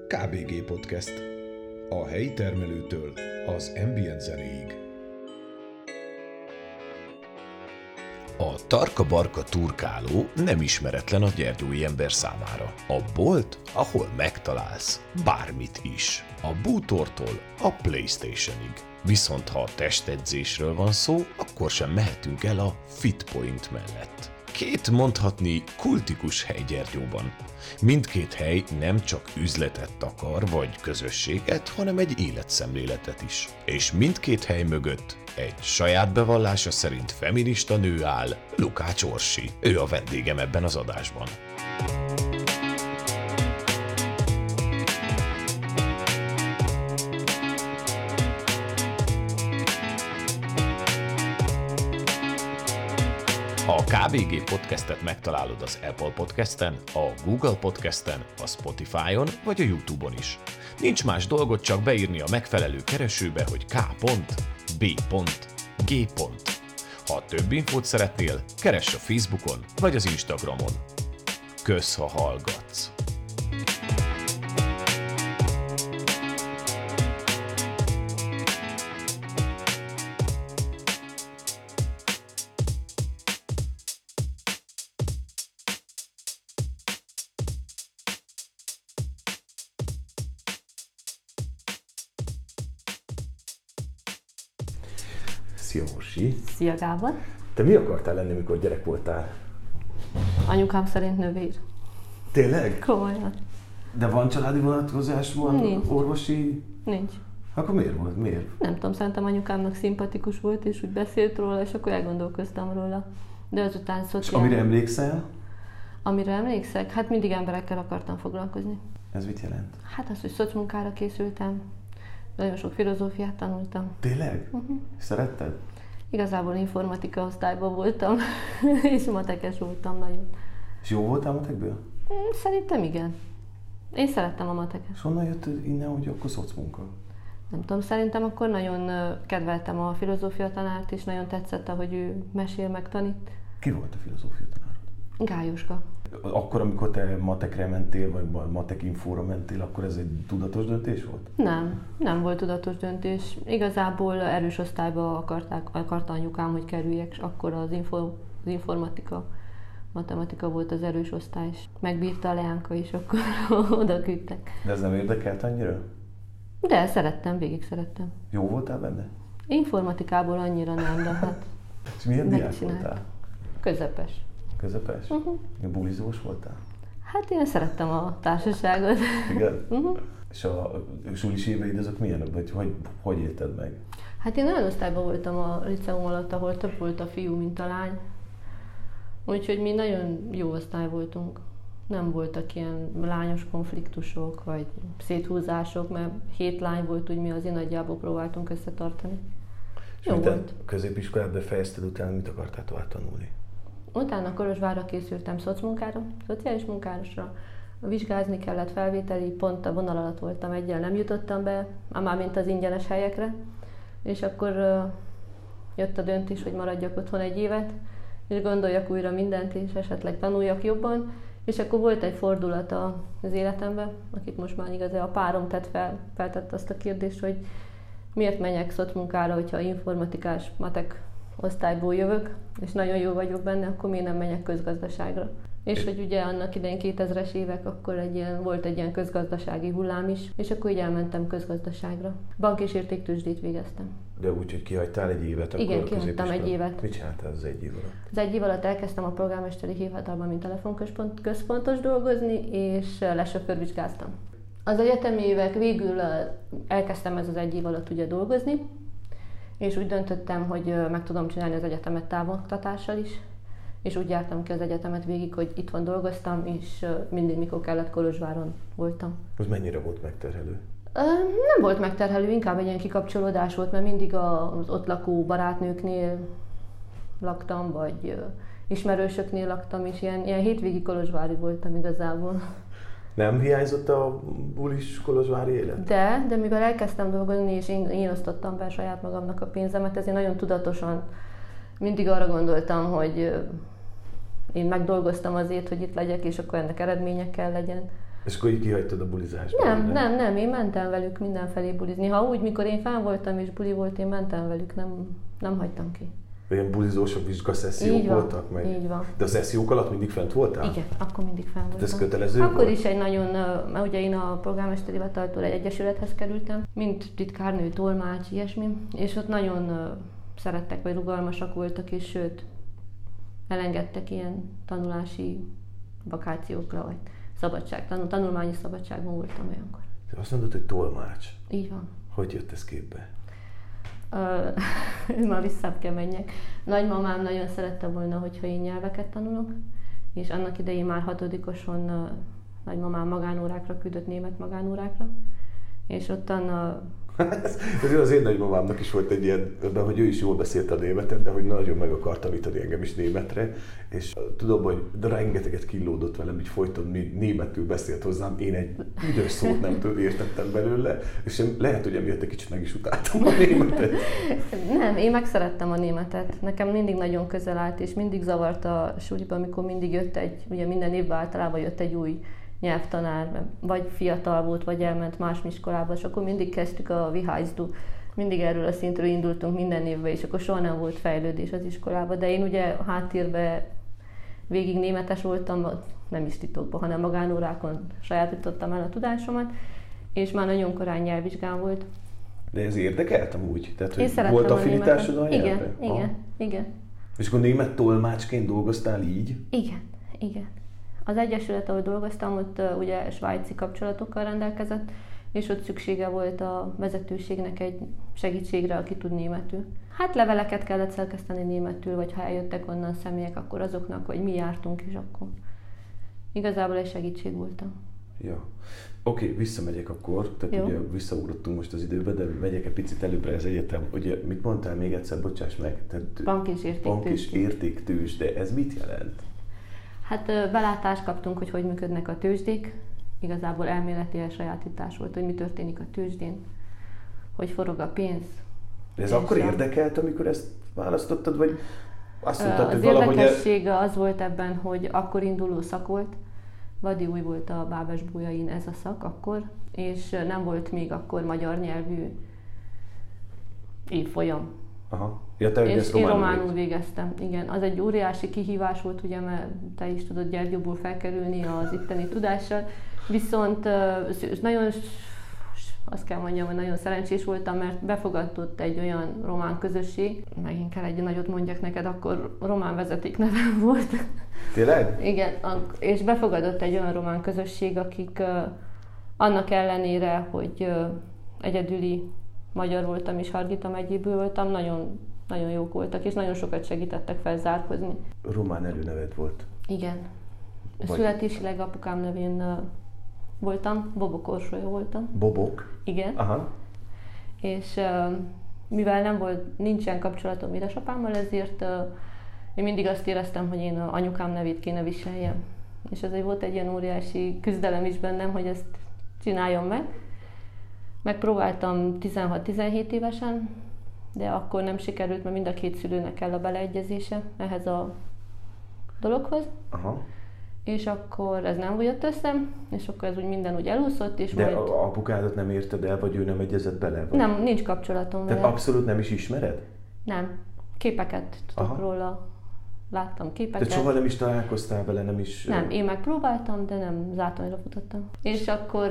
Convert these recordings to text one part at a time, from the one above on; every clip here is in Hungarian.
KBG Podcast. A helyi termelőtől az ambient zenéig. A tarka-barka turkáló nem ismeretlen a gyergyói ember számára. A bolt, ahol megtalálsz bármit is. A bútortól a PlayStationig. Viszont ha a testedzésről van szó, akkor sem mehetünk el a Fitpoint mellett. Két mondhatni kultikus hely Gyergyóban. Mindkét hely nem csak üzletet takar vagy közösséget, hanem egy életszemléletet is. És mindkét hely mögött egy saját bevallása szerint feminista nő áll, Lukács Orsi. Ő a vendégem ebben az adásban. A KBG Podcastet megtalálod az Apple Podcasten, a Google Podcasten, a Spotify-on vagy a YouTube-on is. Nincs más dolgot, csak beírni a megfelelő keresőbe, hogy k.b.g. Ha több infót szeretnél, keress a Facebookon vagy az Instagramon. Kösz, ha hallgatsz! Szia, Orsi! Szia, Gábor! Te mi akartál lenni, mikor gyerek voltál? Anyukám szerint nővér. Tényleg? Komolyan. De van családi vonatkozás, van Nincs. orvosi? Nincs. Akkor miért volt? Miért? Nem tudom, szerintem anyukámnak szimpatikus volt, és úgy beszélt róla, és akkor elgondolkoztam róla. De azután És amire emlékszel? Amire emlékszek? Hát mindig emberekkel akartam foglalkozni. Ez mit jelent? Hát az, hogy szocmunkára készültem, nagyon sok filozófiát tanultam. Tényleg? Szeretted? Igazából informatika osztályban voltam, és matekes voltam nagyon. És jó voltál matekből? Szerintem igen. Én szerettem a matekes. És honnan jött innen, hogy akkor szocmunka? Nem tudom, szerintem akkor nagyon kedveltem a filozófia tanárt, és nagyon tetszett, ahogy ő mesél, meg tanít. Ki volt a filozófia tanárod? Gályuska. Akkor, amikor te matekre mentél, vagy matek infóra mentél, akkor ez egy tudatos döntés volt? Nem volt tudatos döntés. Igazából erős osztályba akarta anyukám, hogy kerüljek, és akkor az informatika, matematika volt az erős osztály, és megbírta a leánka, és akkor oda küldtek. De ez nem érdekelt annyira? De szerettem, végig szerettem. Jó voltál benne? Informatikából annyira nem, de hát És milyen diák voltál? Közepes. Közepes? Bulizós voltál? Hát én szerettem a társaságot. Igen? És a sulis éveid azok milyenek? Vagy hogy élted meg? Hát én olyan osztályban voltam a liceum alatt, ahol több volt a fiú, mint a lány. Úgyhogy mi nagyon jó osztály voltunk. Nem voltak ilyen lányos konfliktusok, vagy széthúzások, mert 7 lány volt, úgy mi azért nagyjából próbáltunk összetartani. És Jó volt. Középiskolát befejezted után, mit akartál tovább tanulni? Utána Kolozsvárra készültem szocmunkára, szociális munkásra. Vizsgázni kellett felvételi, pont a vonal alatt voltam, egyen nem jutottam be, mármint az ingyenes helyekre. És akkor jött a döntés, hogy maradjak otthon 1 évet, és gondoljak újra mindent, és esetleg tanuljak jobban. És akkor volt egy fordulat az életemben, akit most már igazán a párom feltett azt a kérdést, hogy miért menjek szocmunkára, hogyha informatikás matek osztályból jövök, és nagyon jó vagyok benne, akkor miért nem menjek közgazdaságra. És hogy ugye annak idején 2000-es évek, akkor volt egy ilyen közgazdasági hullám is, és akkor így elmentem közgazdaságra. Bank és értéktőzsdét végeztem. De úgy, hogy kihagytál 1 évet, akkor igen, kihagytam 1 évet. Mit csináltál az 1 év alatt? Az 1 év alatt elkezdtem a polgármesteri hivatalban, mint telefonközpontos dolgozni, és lesofőrvizsgáztam. Az egyetemi évek végül elkezdtem ez az 1 év alatt ugye dolgozni, és úgy döntöttem, hogy meg tudom csinálni az egyetemet távoktatással is, és úgy jártam ki az egyetemet végig, hogy itthon dolgoztam, és mindig, mikor kellett, Kolozsváron voltam. Az mennyire volt megterhelő? Nem volt megterhelő, inkább egy ilyen kikapcsolódás volt, mert mindig az ott lakó barátnőknél laktam, vagy ismerősöknél laktam, és ilyen hétvégi kolozsvári voltam igazából. Nem hiányzott a bulis kolozsvári élet? De mivel elkezdtem dolgozni, és én osztottam be saját magamnak a pénzemet, ezért nagyon tudatosan mindig arra gondoltam, hogy én megdolgoztam azért, hogy itt legyek, és akkor ennek eredménye kell legyen. És akkor így kihagytad a bulizást? Nem, én mentem velük mindenfelé bulizni. Ha úgy, mikor én fenn voltam és buli volt, én mentem velük, nem hagytam ki. Ilyen bulizósok vizsgaszessziók voltak meg? Így van. De a szessziók alatt mindig fent voltál? Igen, akkor mindig fenn voltam. Ez kötelező akkor volt? Is egy nagyon, mert ugye én a polgármesteri hivataltól egy egyesülethez kerültem, mint titkárnő, tolmács, ilyesmi, és ott nagyon szerettek, vagy rugalmasak voltak, és sőt, elengedtek ilyen tanulási vakációkra, vagy tanulmányi szabadságban voltam olyankor. Te azt mondod, hogy tolmács. Így van. Hogy jött ez képbe? Már visszább kell menjek. Nagymamám nagyon szerette volna, hogyha én nyelveket tanulok, és annak idején már 6-oson nagymamám magánórákra küldött, német magánórákra, és ottan Ez az én nagymamámnak is volt egy ilyen, de hogy ő is jól beszélt a németet, de hogy nagyon meg akart tanítani engem is németre, és tudom, hogy rengeteget kínlódott velem, így folyton németül beszélt hozzám, én egy üdös szót nem értettem belőle, és lehet, hogy emiatt egy kicsit meg is utáltam a németet. Nem, én megszerettem a németet. Nekem mindig nagyon közel állt, és mindig zavart a suliban, amikor mindig jött ugye minden évben általában jött egy új nyelvtanár, vagy fiatal volt, vagy elment más iskolába, és akkor mindig kezdtük a Vihájzdu. Mindig erről a szintről indultunk minden évben, és akkor soha nem volt fejlődés az iskolában. De én ugye háttérben végig németes voltam, nem is titokban, hanem magánórákon sajátítottam el a tudásomat, és már nagyon korán nyelvvizsgám volt. De ez érdekelt amúgy? Tehát, hogy volt affinitásod a nyelvben? Igen. És akkor német tolmácsként dolgoztál így? Igen. Az egyesület, ahol dolgoztam, ott ugye svájci kapcsolatokkal rendelkezett, és ott szüksége volt a vezetőségnek egy segítségre, aki tud németül. Hát leveleket kellett szerkeszteni németül, vagy ha eljöttek onnan személyek, akkor azoknak, hogy mi jártunk, és akkor igazából egy segítség voltam. Ja. Oké, visszamegyek akkor, tehát jó. Ugye visszaugrottunk most az időbe, de megyek egy picit előbbre az egyetem. Ugye mit mondtál még egyszer, bocsáss meg? Bank és értéktőzs, de ez mit jelent? Hát belátást kaptunk, hogy működnek a tőzsdék. Igazából elméleti elsajátítás volt, hogy mi történik a tőzsdén, hogy forog a pénz. De ez akkor érdekelt, amikor ezt választottad, vagy azt mondtad, hogy valahogy... Az érdekessége az volt ebben, hogy akkor induló szak volt, vadi új volt a Bábesbújain ez a szak akkor, és nem volt még akkor magyar nyelvű évfolyam. Aha. Ja, te és én románul végeztem. Igen, az egy óriási kihívás volt, ugye, mert te is tudod Gyergyóból felkerülni az itteni tudással, viszont nagyon, azt kell mondjam, hogy nagyon szerencsés voltam, mert befogadott egy olyan román közösség, megint kell egy nagyot mondjak neked, akkor román vezetéknevem volt. Tényleg? Igen, és befogadott egy olyan román közösség, akik annak ellenére, hogy egyedüli magyar voltam és Hargita megyéből voltam, nagyon, nagyon jók voltak, és nagyon sokat segítettek felzárkózni. Román előneved volt? Igen. Születésileg apukám nevén voltam, Bobok Orsolya voltam. Bobok? Igen. Aha. És mivel nincsen kapcsolatom édesapámmal, ezért én mindig azt éreztem, hogy én anyukám nevét kéne viseljem. És ezért volt egy ilyen óriási küzdelem is bennem, hogy ezt csináljam meg. Megpróbáltam 16-17 évesen, de akkor nem sikerült, mert mind a két szülőnek kell a beleegyezése ehhez a dologhoz. Aha. És akkor ez nem jött össze, és akkor ez úgy minden úgy elúszott, és de majd... apukádat nem érted el, vagy ő nem egyezett bele? Vagy? Nem, nincs kapcsolatom vele. Tehát abszolút nem is ismered? Nem. Képeket tudok róla. Láttam képeket. De soha nem is találkoztál vele, nem is... Nem, én megpróbáltam, de nem zátonyra futottam. És akkor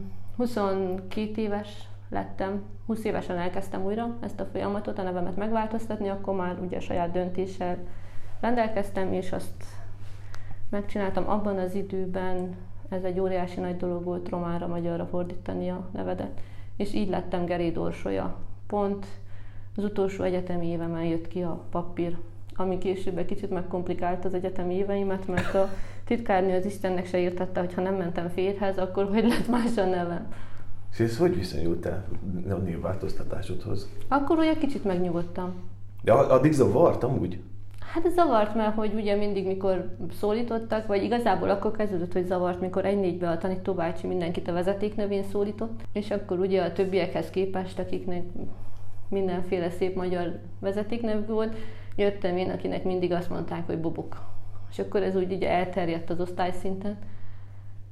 22 éves lettem, 20 évesen elkezdtem újra ezt a folyamatot, a nevemet megváltoztatni, akkor már ugye saját döntéssel rendelkeztem, és azt megcsináltam abban az időben, ez egy óriási nagy dolog volt románra, magyarra fordítani a nevedet, és így lettem Geréd Orsolya. Pont az utolsó egyetemi évemen jött ki a papír, ami később egy kicsit megkomplikált az egyetemi éveimet, mert a titkárnő az Istennek se értette, hogy ha nem mentem férjhez, akkor hogy lett más a nevem. És ez hogy viszonyultál a névváltoztatásodhoz? Akkor ugye kicsit megnyugodtam. De addig zavart amúgy? Hát ez zavart, mert hogy ugye mindig, mikor szólítottak, vagy igazából akkor kezdődött, hogy zavart, mikor 1-4-ben a tanítóbácsi mindenkit a vezetéknevén szólított, és akkor ugye a többiekhez képest, akiknek mindenféle szép magyar vezetéknev volt, jöttem én, akinek mindig azt mondták, hogy Bobok. És akkor ez úgy elterjedt az osztályszinten.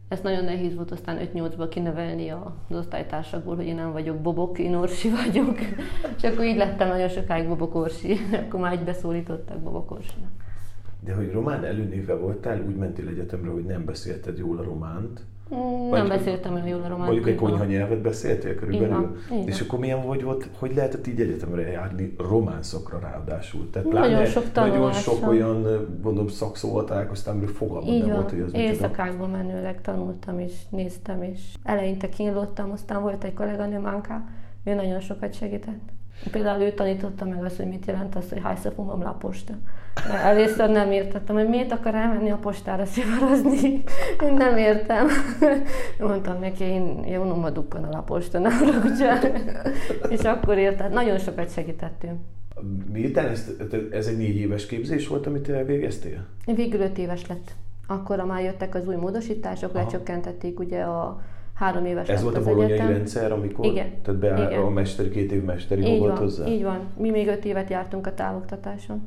ezt nagyon nehéz volt aztán 5-8-ba kinevelni az osztálytársakból, hogy én nem vagyok Bobok, én Orsi vagyok. És akkor így lettem nagyon sokáig Bobok Orsi, akkor már így beszólítottak Bobok Orsinak. De hogy román előnévvel voltál, úgy mentél egyetemre, hogy nem beszélted jól a románt? Nem beszéltem olyan jól a románt. Mondjuk egy konyha nyelvet beszéltél körülbelül? Igen. És akkor milyen volt, hogy lehetett így egyetemre járni román szakra ráadásul? Tehát nagyon sok olyan, mondom, szakszóval találkoztam, amiről fogalmam nem volt, hogy az micsoda. Éjszakákból menőleg tanultam és néztem, és eleinte kínlottam, aztán volt egy kolléganőm, Anka, ő nagyon sokat segített. Például ő tanította meg azt, hogy mit jelent az, hogy hájsza fumam la posta. Először nem értettem, hogy miért akar elmenni a postára szivarozni. Én nem értem. Mondtam neki, én unom a dukkan a posta, nem haragudjál. És akkor értem. Nagyon sokat segítettünk. Miután ez egy 4 éves képzés volt, amit elvégeztél? Végül 5 éves lett. Akkorra már jöttek az új módosítások, lecsökkentették ugye a 3 éves Ez volt a bolonyai rendszer, amikor tehát a mesteri 2 év mesteri volt hozzá? Így van. Mi még 5 évet jártunk a távoktatáson.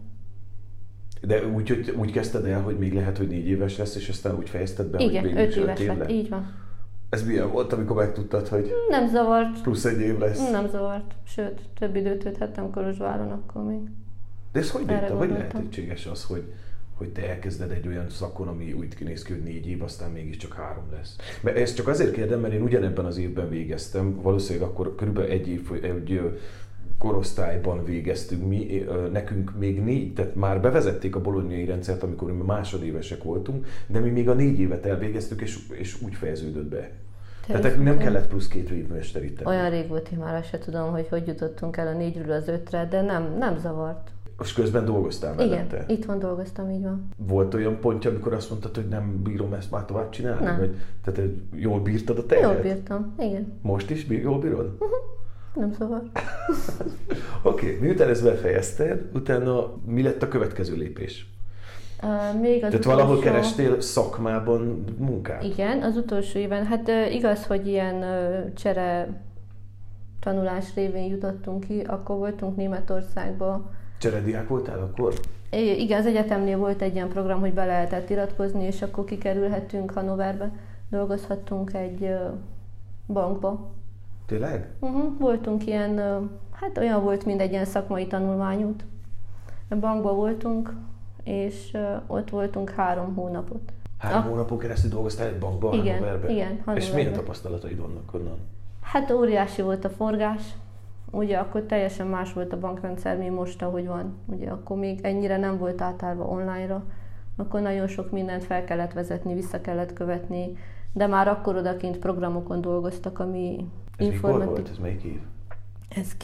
De úgy kezdted el, hogy még lehet, hogy 4 éves lesz, és aztán úgy fejezted be, igen, hogy végül 5 éves lett, így van. Ez milyen volt, amikor megtudtad, hogy nem zavart. Plusz 1 év lesz? Nem zavart. Sőt, több időt tölthettem Kolozsváron akkor még. De ez hogy bírta? Hogy lehetséges az, hogy te elkezded egy olyan szakon, ami úgy kinéz ki, hogy 4 év, aztán mégiscsak 3 lesz. Mert ezt csak azért kérdem, mert én ugyanebben az évben végeztem, valószínűleg akkor körülbelül egy korosztályban végeztünk mi, nekünk még 4, tehát már bevezették a bolonyai rendszert, amikor mi másodévesek voltunk, de mi még a 4 évet elvégeztük, és úgy fejeződött be. Tehát nekünk nem kellett plusz 2 év mesterit tenni. Olyan rég volt, hogy már azt se tudom, hogy jutottunk el a 4-ről az 5-re, de nem zavart. És közben dolgoztál mellette? Igen, itthon dolgoztam, így van. Volt olyan pontja, amikor azt mondtad, hogy nem bírom ezt már tovább csinálni? Nem. Vagy, tehát jól bírtad a terhet? Jól bírtam, igen. Most is jól bírod? Nem zavar. Oké, miután ezt befejezted, utána mi lett a következő lépés? Tehát valahol kerestél szakmában munkát? Igen, az utolsó éven. Hát igaz, hogy ilyen csere tanulás révén jutottunk ki, akkor voltunk Németországban. Cserediák voltál akkor? Igen, az egyetemnél volt egy ilyen program, hogy be lehetett iratkozni, és akkor kikerülhettünk Hannoverbe. Dolgozhattunk egy bankba. Tényleg? Voltunk ilyen, hát olyan volt, mint egy ilyen szakmai tanulmányút. A bankban voltunk, és ott voltunk 3 hónapot. 3 hónapon keresztül dolgoztál egy bankban, igen, Hannoverben? Igen, Hannoverben. És milyen tapasztalataid vannak onnan? Hát óriási volt a forgás. Ugye akkor teljesen más volt a bankrendszer, mint most, ahogy van. Ugye akkor még ennyire nem volt átállva online-ra. Akkor nagyon sok mindent fel kellett vezetni, vissza kellett követni, de már akkor odakint programokon dolgoztak, ami ez mikor volt? Ez melyik év? Ez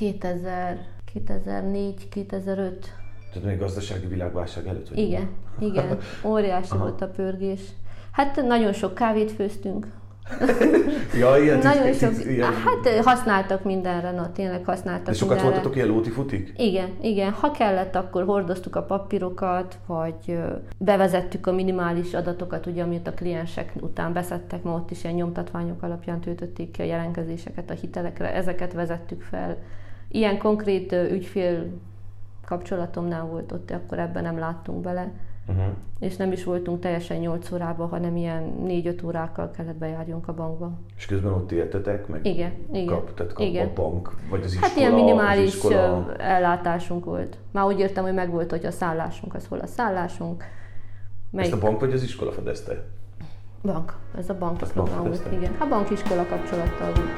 2004, 2005. Tehát még gazdasági világválság előtt? Vagy Igen. Óriási volt a pörgés. Hát nagyon sok kávét főztünk. Ja, ilyen nagyon sok. Hát használtak mindenre, tényleg használtak de sokat mindenre. voltatok ilyen lótifutik? Igen. Ha kellett, akkor hordoztuk a papírokat, vagy bevezettük a minimális adatokat, ugye, amit a kliensek után beszedtek, ma ott is ilyen nyomtatványok alapján töltötték ki a jelentkezéseket a hitelekre, ezeket vezettük fel. Ilyen konkrét ügyfél kapcsolatom nem volt ott, akkor ebben nem láttunk bele. És nem is voltunk teljesen 8 órában, hanem ilyen 4-5 órákkal kellett bejárjunk a bankba. És közben ott éltetek, meg igen. Kap a bank, vagy az iskola? Hát ilyen minimális ellátásunk volt. Már úgy értem, hogy megvolt, hogy a szállásunk, az hol a szállásunk. Ezt a bank vagy az iskola fedezte? Bank. Ez a banki program volt, igen. A bankiskola kapcsolattal volt.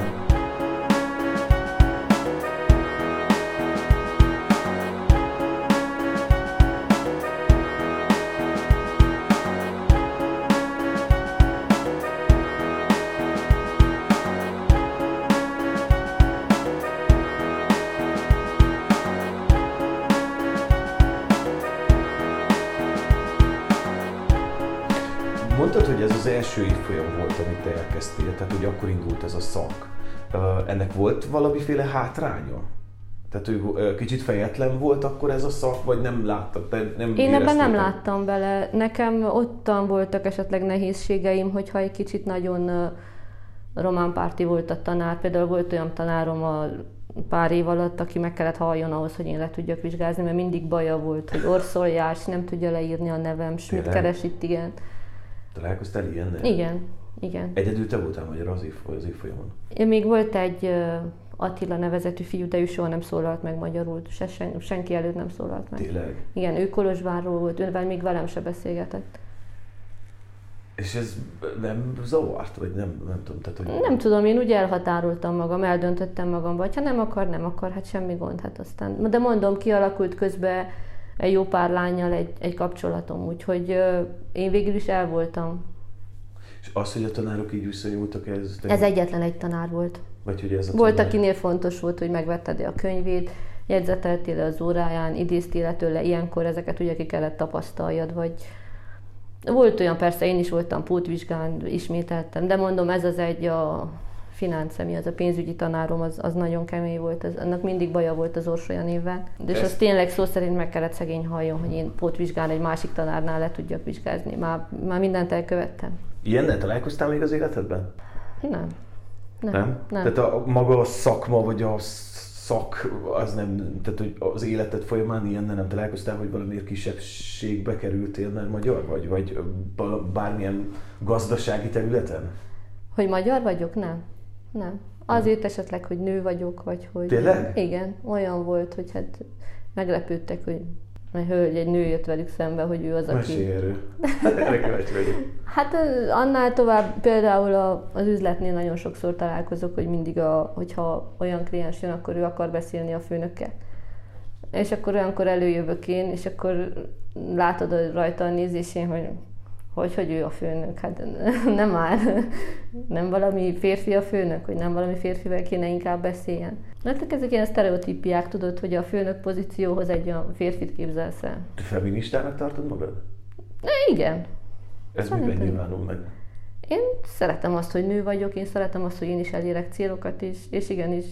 Mondtad, hogy ez az első évfolyam volt, amit te elkezdtél, tehát hogy akkor indult ez a szak. Ennek volt valamiféle hátránya? Tehát, hogy kicsit fejetlen volt akkor ez a szak, vagy nem láttad? Én ebben nem láttam bele. Nekem ottan voltak esetleg nehézségeim, hogyha egy kicsit nagyon románpárti volt a tanár. Például volt olyan tanárom a pár év alatt, aki meg kellett halljon ahhoz, hogy én le tudjak vizsgázni, mert mindig baja volt, hogy orszol jársz, nem tudja leírni a nevem, s mit keres itt, igen. Találkoztál ilyennel? Igen. Egyedül te voltál magyar az évfolyamon? Még volt egy Attila nevezetű fiú, de ő soha nem szólalt meg magyarul, senki előtt nem szólalt meg. Tényleg? Igen, ő Kolozsvárról volt, ő még velem se beszélgetett. És ez nem zavart, vagy nem tudom? Tehát, hogy... Nem tudom, én úgy elhatároltam magam, eldöntöttem magam, vagy ha nem akar, hát semmi gond, hát aztán. De mondom, kialakult közben egy jó pár lánnyal egy kapcsolatom, úgyhogy én végül is el voltam. És az, hogy a tanárok így visszanyúltak, Ez egyetlen egy tanár volt. Vagy hogy ez a volt, tanár... akinél fontos volt, hogy megvetted a könyvét, jegyzeteltél az óráján, idéztél tőle, ilyenkor ezeket ugye ki kellett tapasztaljad, vagy volt olyan, persze én is voltam pótvizsgán, ismételtem, de mondom, ez az egy a finanszemi, az a pénzügyi tanárom, az nagyon kemény volt, annak mindig baja volt az Orsolya névvel. És az tényleg szó szerint meg kellett szegény halljon, hogy én pótvizsgán egy másik tanárnál le tudjak vizsgázni. Már mindent elkövettem. Ilyennel találkoztál még az életedben? Nem. Tehát maga a szakma, vagy a szak, az nem, tehát hogy az életed folyamán ilyennel nem találkoztál, hogy valamiért kisebbségbe kerültél, mert magyar vagy bármilyen gazdasági területen? Hogy magyar vagyok? Nem. Azért esetleg, hogy nő vagyok, vagy hogy... Tényleg? Igen, olyan volt, hogy hát meglepődtek, hogy egy nő jött velük szembe, hogy ő az, aki... Mesélj erről. Erre kíváncsi vagyok. Hát annál tovább például az üzletnél nagyon sokszor találkozok, hogy mindig, hogyha olyan kliens jön, akkor ő akar beszélni a főnökkel. És akkor olyankor előjövök én, és akkor látod rajta a nézésén, hogy ő a főnök. Hát nem már. Nem valami férfi a főnök, hogy nem valami férfivel kéne inkább beszéljen. Hát ezek ilyen sztereotípiák, tudod, hogy a főnök pozícióhoz egy olyan férfit képzelsz el. Te feministának tartod magad? Igen. Ez miben nyilvánul meg? Én szeretem azt, hogy nő vagyok, én szeretem azt, hogy én is elérek célokat, és igenis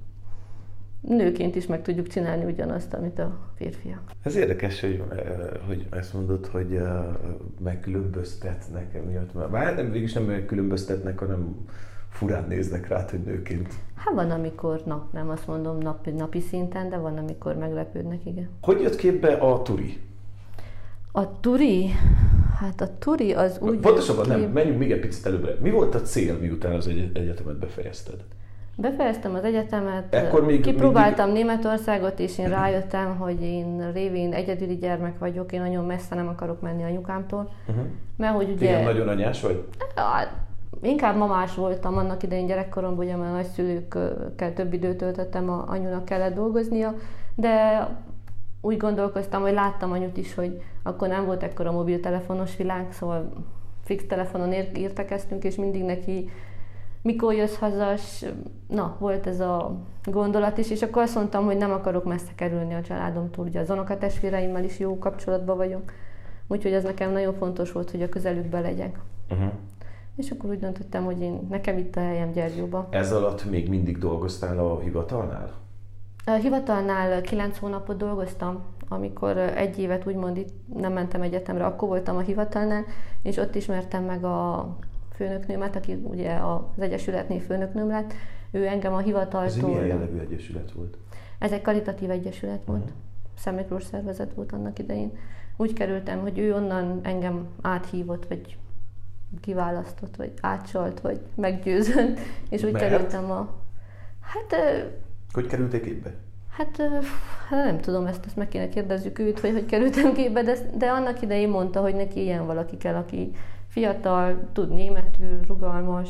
nőként is meg tudjuk csinálni ugyanazt, amit a férfiak. Ez érdekes, hogy ezt mondod, hogy megkülönböztetnek emiatt. Bár végülis nem megkülönböztetnek, hanem furán néznek rád, hogy nőként. Hát van, amikor, nem azt mondom napi szinten, de van, amikor meglepődnek, igen. Hogy jött képbe a turi? A turi? Hát a turi az úgy... Pontosabban nem, menjünk még egy picit előbbre. Mi volt a cél, miután az egyetemet befejezted? Befejeztem az egyetemet, Ekkor kipróbáltam Németországot, és én rájöttem, hogy én révén egyedüli gyermek vagyok, én nagyon messze nem akarok menni anyukámtól. Mert hogy ugye... Igen, nagyon anyás vagy? Inkább mamás voltam annak idején gyerekkoromban, ugye mert a nagyszülőkkel több időt töltöttem, anyunak kellett dolgoznia, de úgy gondolkoztam, hogy láttam anyut is, hogy akkor nem volt ekkora mobiltelefonos világ, szóval fix telefonon értekeztünk, és mindig neki mikor jössz haza, volt ez a gondolat is, és akkor azt mondtam, hogy nem akarok messze kerülni a családomtól, ugye az unokatestvéreimmel is jó kapcsolatban vagyok, úgyhogy ez nekem nagyon fontos volt, hogy a közelükben legyek. És akkor úgy döntöttem, hogy nekem itt a helyem Gyergyóban. Ez alatt még mindig dolgoztál a hivatalnál? A hivatalnál 9 hónapot dolgoztam, amikor egy évet úgymond itt nem mentem egyetemre, akkor voltam a hivatalnál, és ott ismertem meg a főnöknőmet, aki ugye az Egyesületnél főnöknőm lett. Ő engem a hivataltól... Ez milyen jellegű egyesület volt? Ez egy karitatív egyesület volt. Szent Miklós szervezet volt annak idején. Úgy kerültem, hogy ő onnan engem áthívott, vagy kiválasztott, vagy átsolt, vagy meggyőzött, és úgy kerültem a... Hogy kerültél képbe? Hát nem tudom, ezt meg kéne kérdezzük őt, hogy kerültem képbe, de annak idején mondta, hogy neki ilyen valaki kell, aki fiatal, tud németül, rugalmas.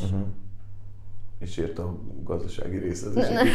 És ért a gazdasági részhez is Nem,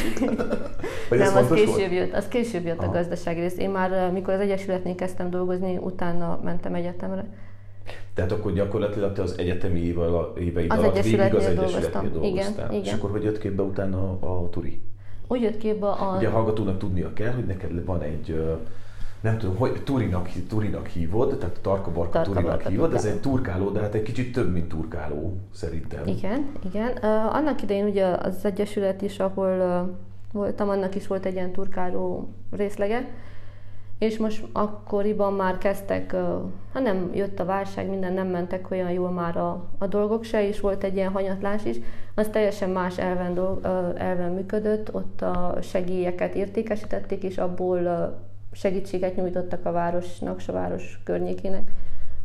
az később jött a gazdasági rész. Én már, mikor az Egyesületnél kezdtem dolgozni, utána mentem egyetemre. Tehát akkor gyakorlatilag te az egyetemi éveid alatt végig az Egyesületnél dolgoztál. Igen. És akkor hogy jött képbe utána a turi? Úgy jött képbe Ugye a hallgatónak tudnia kell, hogy neked van egy, nem tudom, hogy turinak hívod, tehát Tarka-Barka turinak hívod, ez egy turkáló, de hát egy kicsit több, mint turkáló szerintem. Igen. Annak idején ugye az Egyesület is, ahol voltam, annak is volt egy ilyen turkáló részlege, és most akkoriban már kezdtek, nem jött a válság, minden nem mentek olyan jól már a dolgok se, és volt egy ilyen hanyatlás is, az teljesen más elven működött, ott a segélyeket értékesítették, és abból segítséget nyújtottak a városnak, a város környékének.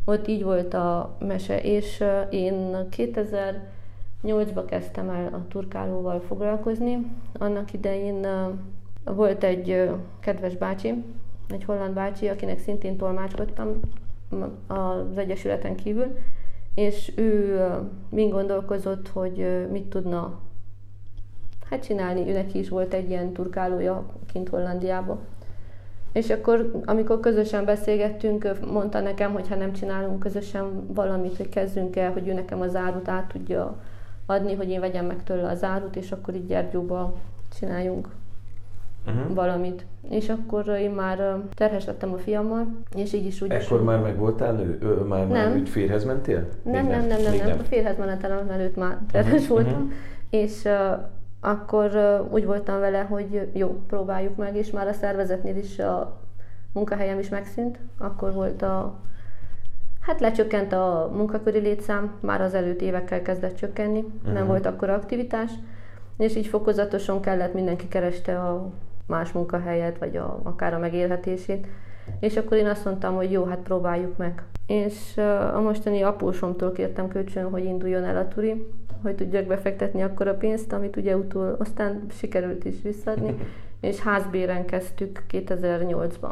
Ott így volt a mese, és én 2008-ban kezdtem el a turkálóval foglalkozni. Annak idején volt egy kedves bácsi, egy holland bácsi, akinek szintén tolmácskodtam az Egyesületen kívül, és ő mind gondolkozott, hogy mit tudna csinálni. Őnek is volt egy ilyen turkálója kint Hollandiában. És akkor, amikor közösen beszélgettünk, mondta nekem, hogy ha nem csinálunk közösen valamit, hogy kezdjünk el, hogy ő nekem az árut át tudja adni, hogy én vegyem meg tőle az árut, és akkor így Gyergyóba csináljunk valamit. És akkor én már terhes lettem a fiammal, és így is úgy... Ekkor már meg voltál nő? Már úgy férjhez mentél? Nem. A férjhez menetelem előtt már terhes voltam. És akkor úgy voltam vele, hogy jó, próbáljuk meg, és már a szervezetnél is a munkahelyem is megszűnt. Akkor volt lecsökkent a munkaköri létszám, már az előtt évekkel kezdett csökkenni, nem volt akkora aktivitás, és így fokozatosan kellett, mindenki kereste a más munkahelyet, vagy akár a megélhetését. És akkor én azt mondtam, hogy jó, hát próbáljuk meg. És a mostani apósomtól kértem kölcsön, hogy induljon el a turi, hogy tudjak befektetni akkora pénzt, amit ugye aztán sikerült is visszaadni, és házbéren kezdtük 2008-ban.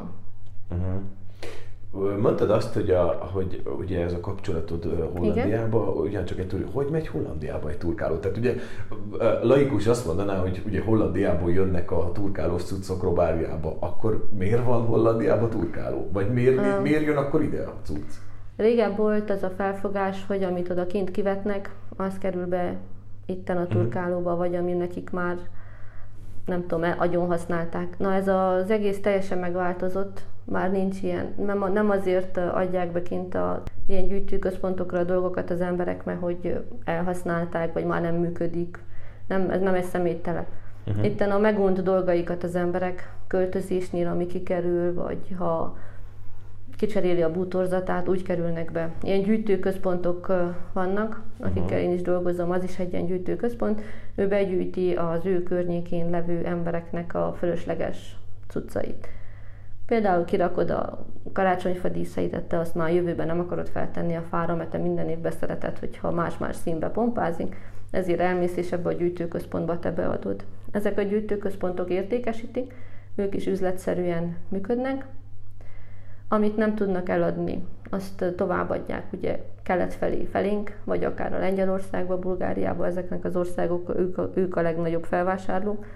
Mondtad azt, hogy ugye ez a kapcsolatod Hollandiába, ugyancsak egy turi, hogy megy Hollandiába egy turkáló? Tehát ugye laikus azt mondaná, hogy ugye Hollandiából jönnek a turkálós cuccok Romániába, akkor miért van Hollandiába turkáló? Vagy miért jön akkor ide a cucc? Régebb volt az a felfogás, hogy amit oda kint kivetnek, az kerül be itten a turkálóba, vagy ami nekik már, nem tudom, agyon használták. Na ez az egész teljesen megváltozott, már nincs ilyen, nem azért adják be kint ilyen gyűjtőközpontokra a dolgokat az emberek, mert hogy elhasználták, vagy már nem működik. Ez nem egy szeméttelep. Itten a megunt dolgaikat az emberek költözésnél, ami kikerül, vagy ha kicseréli a bútorzatát, úgy kerülnek be. Ilyen gyűjtőközpontok vannak, akikkel én is dolgozom, az is egy ilyen gyűjtőközpont. Ő begyűjti az ő környékén levő embereknek a fölösleges cuccait. Például kirakod a karácsonyfa díszeidet, te azt már a jövőben nem akarod feltenni a fára, mert te minden évben szereted, hogyha más-más színbe pompázik, ezért elmész és ebbe a gyűjtőközpontba te beadod. Ezek a gyűjtőközpontok értékesítik, ők is üzletszerűen működnek. Amit nem tudnak eladni, azt továbbadják ugye kelet felénk, vagy akár a Lengyelországba, Bulgáriába, ezeknek az országok, ők a legnagyobb felvásárlók.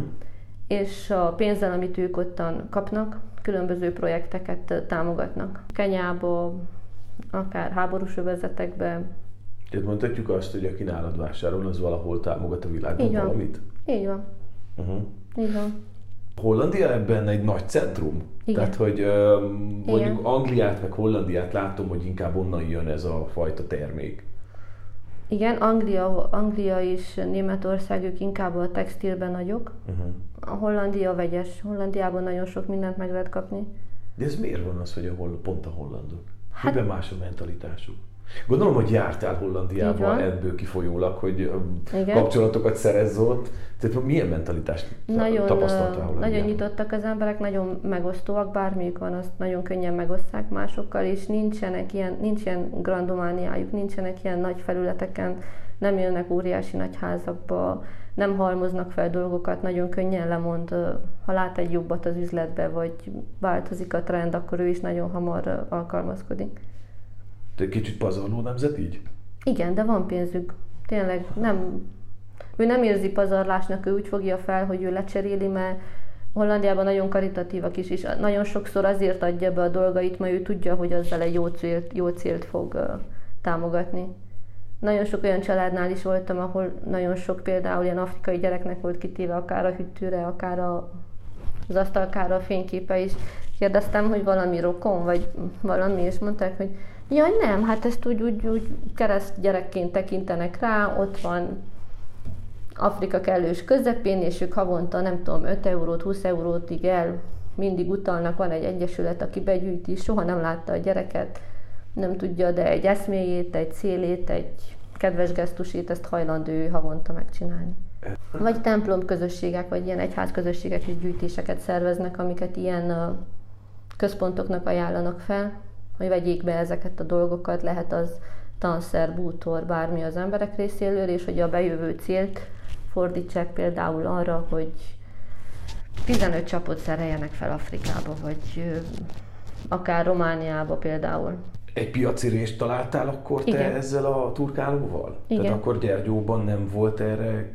És a pénzzel, amit ők ottan kapnak, különböző projekteket támogatnak. Kenyába, akár háborús övezetekbe. Tehát mondhatjuk azt, hogy aki nálad vásárol, az valahol támogat a világon valamit? Így van. Így van. Hollandia ebben egy nagy centrum. Igen. Tehát, hogy mondjuk Angliát meg Hollandiát látom, hogy inkább onnan jön ez a fajta termék. Igen, Anglia és Németország, ők inkább a textilben nagyok. A Hollandia vegyes. Hollandiában nagyon sok mindent meg lehet kapni. De ez miért van az, hogy pont a hollandok? Miben más a mentalitásuk? Gondolom, hogy jártál Hollandiába ebből kifolyólag, hogy kapcsolatokat szerezz ott. Tehát milyen mentalitást tapasztaltál Hollandiában? Nagyon nyitottak az emberek, nagyon megosztóak, bármelyik van, azt nagyon könnyen megosztják másokkal, és nincs ilyen grandomániájuk, nincsenek ilyen nagy felületeken, nem jönnek óriási nagy házakba, nem halmoznak fel dolgokat, nagyon könnyen lemond, ha lát egy jobbat az üzletbe, vagy változik a trend, akkor ő is nagyon hamar alkalmazkodik. De kicsit pazarló nemzet így? Igen, de van pénzük. Tényleg ő nem érzi pazarlásnak, ő úgy fogja fel, hogy ő lecseréli, mert Hollandiában nagyon karitatívak is, és nagyon sokszor azért adja be a dolgait, mert ő tudja, hogy azzal egy jó célt fog támogatni. Nagyon sok olyan családnál is voltam, ahol nagyon sok például ilyen afrikai gyereknek volt kitéve akár a hűtőre, akár az asztalkára a fényképe is. Kérdeztem, hogy valami rokon, vagy valami, és mondták, hogy jaj, nem, hát ezt úgy kereszt gyerekként tekintenek rá, ott van Afrika kellős közepén, és ők havonta, nem tudom, 5 eurót, 20 eurótig mindig utalnak, van egy egyesület, aki begyűjti, soha nem látta a gyereket, nem tudja, de egy eszméjét, egy célét, egy kedves gesztusét, ezt hajlandó ő havonta megcsinálni. Vagy templom közösségek, vagy ilyen egyház közösségek is gyűjtéseket szerveznek, amiket ilyen központoknak ajánlanak fel, hogy vegyék be ezeket a dolgokat, lehet az tanszer, bútor, bármi az emberek részéről, és hogy a bejövő célt fordítsák például arra, hogy 15 csapot szereljenek fel Afrikába, vagy akár Romániába például. Egy piaci részt találtál akkor te Igen. ezzel a turkálóval? Igen. Tehát akkor Gyergyóban nem volt erre,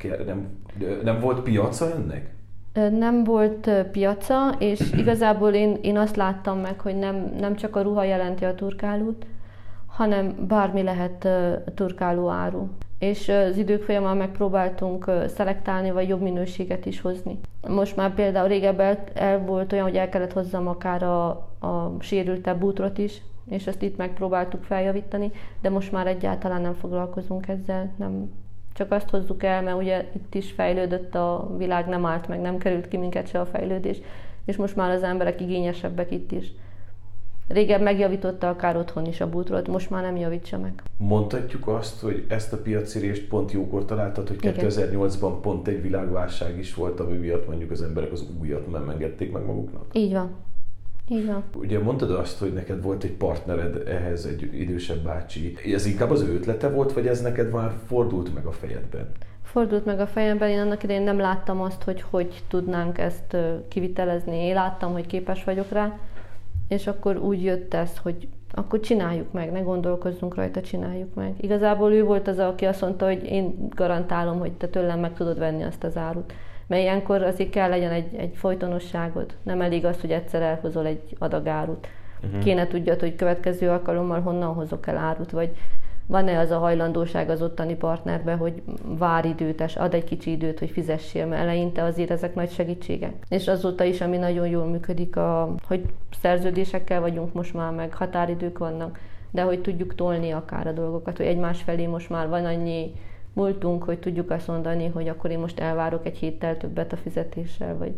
nem volt piaca ennek? Nem volt piaca, és igazából én azt láttam meg, hogy nem csak a ruha jelenti a turkálót, hanem bármi lehet turkáló áru. És az idők folyamán megpróbáltunk szelektálni, vagy jobb minőséget is hozni. Most már például régebben el volt olyan, hogy el kellett hozzam akár a sérültebb bútorot is, és ezt itt megpróbáltuk feljavítani, de most már egyáltalán nem foglalkozunk ezzel, nem. Csak azt hozzuk el, mert ugye itt is fejlődött a világ, nem állt meg, nem került ki minket se a fejlődés, és most már az emberek igényesebbek itt is. Régebb megjavította akár otthon is a bútorot, most már nem javítsa meg. Mondhatjuk azt, hogy ezt a piacirést pont jókor találtad, hogy 2008-ban pont egy világválság is volt, ami miatt mondjuk az emberek az újat nem engedték meg maguknak? Így van. Így van. Ugye mondtad azt, hogy neked volt egy partnered ehhez, egy idősebb bácsi. Ez inkább az ő ötlete volt, vagy ez neked már fordult meg a fejedben? Fordult meg a fejemben, én annak idején nem láttam azt, hogy tudnánk ezt kivitelezni. Én láttam, hogy képes vagyok rá, és akkor úgy jött ez, hogy akkor csináljuk meg, ne gondolkozzunk rajta, csináljuk meg. Igazából ő volt az, aki azt mondta, hogy én garantálom, hogy te tőlem meg tudod venni azt az árut. Mert ilyenkor azért kell legyen egy folytonosságod. Nem elég az, hogy egyszer elhozol egy adag árut. Kéne tudjad, hogy következő alkalommal honnan hozok el árut, vagy van-e az a hajlandóság az ottani partnerben, hogy vár időt, és ad egy kicsi időt, hogy fizessél, mert eleinte azért ezek nagy segítségek. És azóta is, ami nagyon jól működik, hogy szerződésekkel vagyunk most már, meg határidők vannak, de hogy tudjuk tolni akár a dolgokat, hogy egymás felé most már van annyi múltunk, hogy tudjuk azt mondani, hogy akkor én most elvárok egy héttel többet a fizetéssel, vagy...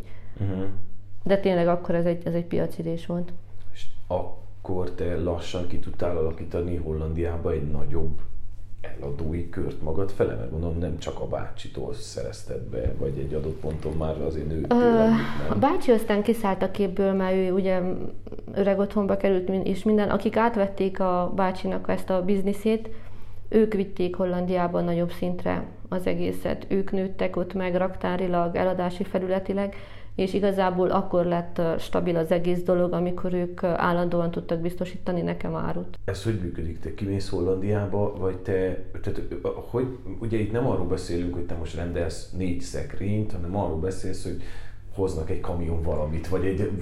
De tényleg akkor ez egy piacirés volt. És akkor te lassan ki tudtál alakítani Hollandiába egy nagyobb eladói kört magad fele? Mert mondom, nem csak a bácsitól szerezted be, vagy egy adott ponton már azért nőttél, nem? A bácsi aztán kiszállt a képből, mert ő ugye öreg otthonba került, és minden, akik átvették a bácsinak ezt a bizniszét, ők vitték Hollandiában nagyobb szintre az egészet. Ők nőttek ott meg raktárilag, eladási felületileg, és igazából akkor lett stabil az egész dolog, amikor ők állandóan tudtak biztosítani nekem árut. Ez hogy működik? Te kimész Hollandiába, vagy tehát, hogy, ugye itt nem arról beszélünk, hogy te most rendelsz 4 szekrényt, hanem arról beszélsz, hogy hoznak egy kamion valamit, vagy egy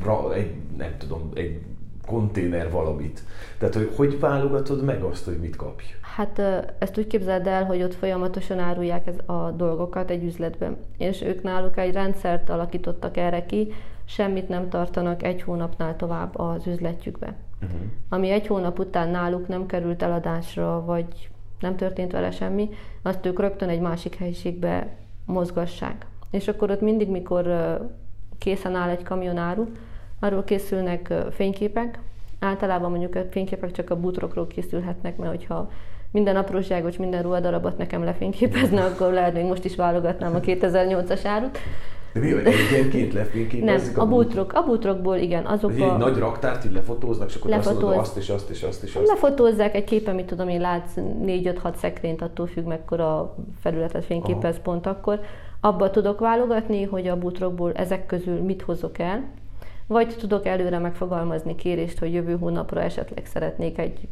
nem tudom, egy konténer valamit. Tehát, hogy válogatod meg azt, hogy mit kapj? Hát ezt úgy képzeld el, hogy ott folyamatosan árulják a dolgokat egy üzletben. És ők náluk egy rendszert alakítottak erre ki, semmit nem tartanak 1 hónapnál tovább az üzletjükbe. Ami 1 hónap után náluk nem került eladásra, vagy nem történt vele semmi, azt ők rögtön egy másik helyiségbe mozgassák. És akkor ott mindig, mikor készen áll egy kamionáru, arról készülnek fényképek. Általában mondjuk a fényképek csak a bútorokról készülhetnek, mert hogyha minden apróságot, minden ruhadarabot nekem lefényképezne, akkor lehet, még most is válogatnám a 2008-as árut. De mi, hogy egyenként lefényképezik? Nem, a bútorokból igen. Egy nagy raktárt így lefotóznak, és akkor azt mondod, azt és azt és azt és azt. Lefotózzák egy képen, mit tudom én, látsz 4-5-6 szekrényt, attól függ, mekkora felületet fényképez pont akkor. Abba tudok válogatni, hogy a bútorokból ezek közül mit hozok el, vagy tudok előre megfogalmazni kérést, hogy jövő hónapra esetleg szeretnék egy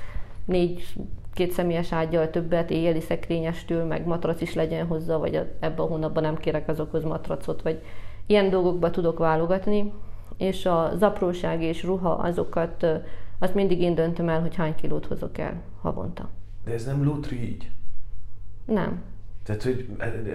4 személyes ággyal többet, éjjeli szekrényestől, meg matrac is legyen hozzá, vagy ebben a hónapban nem kérek azokhoz matracot, vagy ilyen dolgokba tudok válogatni, és az apróság és ruha, azt mindig én döntöm el, hogy hány kilót hozok el havonta. De ez nem lótri így? Nem. Tehát, hogy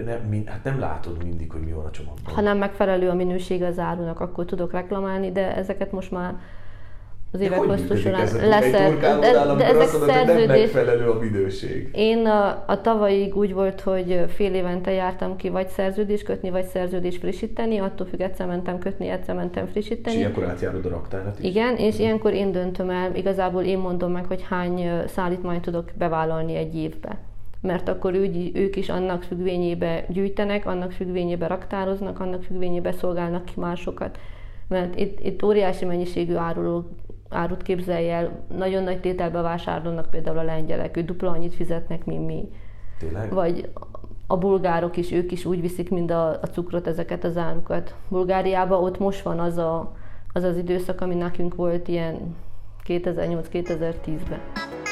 nem látod mindig, hogy mi van a csomagban. Ha nem megfelelő a minősége az árunak, akkor tudok reklamálni, de ezeket most már az évek hosszú során leszert. De ezek szerződés. Nem megfelelő a minőség. Én a tavalyig úgy volt, hogy fél évente jártam ki vagy szerződést kötni, vagy szerződést frissíteni, attól függ, egyszer mentem kötni, egyszer mentem frissíteni. És ilyenkor átjárod a raktárat is? Igen, és ilyenkor én döntöm el, igazából én mondom meg, hogy hány szállítmányt tudok bevállalni egy évbe. Mert akkor ők is annak függvényébe gyűjtenek, annak függvényébe raktároznak, annak függvényébe szolgálnak ki másokat. Mert itt óriási mennyiségű áruló árut képzelj el, nagyon nagy tételbe vásárolnak például a lengyelek, ők dupla annyit fizetnek, mint mi. Tényleg? Vagy a bulgárok is, ők is úgy viszik, mint a cukrot, ezeket az árukat. Bulgáriában ott most van az időszak, ami nekünk volt ilyen 2008-2010-ben.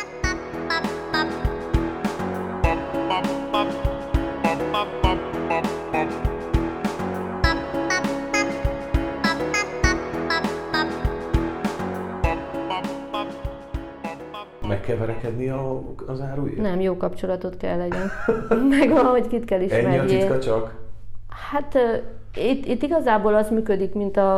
Meg kell verekedni az áruért? Nem, jó kapcsolatot kell legyen. Meg van, hogy kit kell ismerjél. Ennyi a titka csak? Hát itt igazából az működik,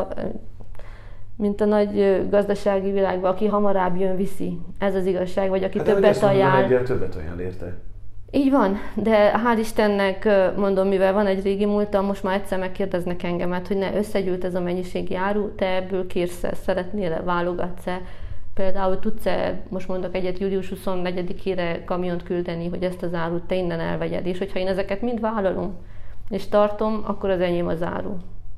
mint a nagy gazdasági világban, aki hamarabb jön, viszi. Ez az igazság, vagy aki többet ajánl. Egyre többet ajánl, érte? Így van, de hál' Istennek, mondom, mivel van egy régi múltam, most már egyszer megkérdeznek engemet, hogy ne összegyűlt ez a mennyiségi áru, te ebből kérsz-e, szeretnél-e, válogatsz-e? Például tudsz-e, most mondok egyet, július 24-ére kamiont küldeni, hogy ezt az árut te innen elvegyed, és hogyha én ezeket mind vállalom, és tartom, akkor az enyém az áru.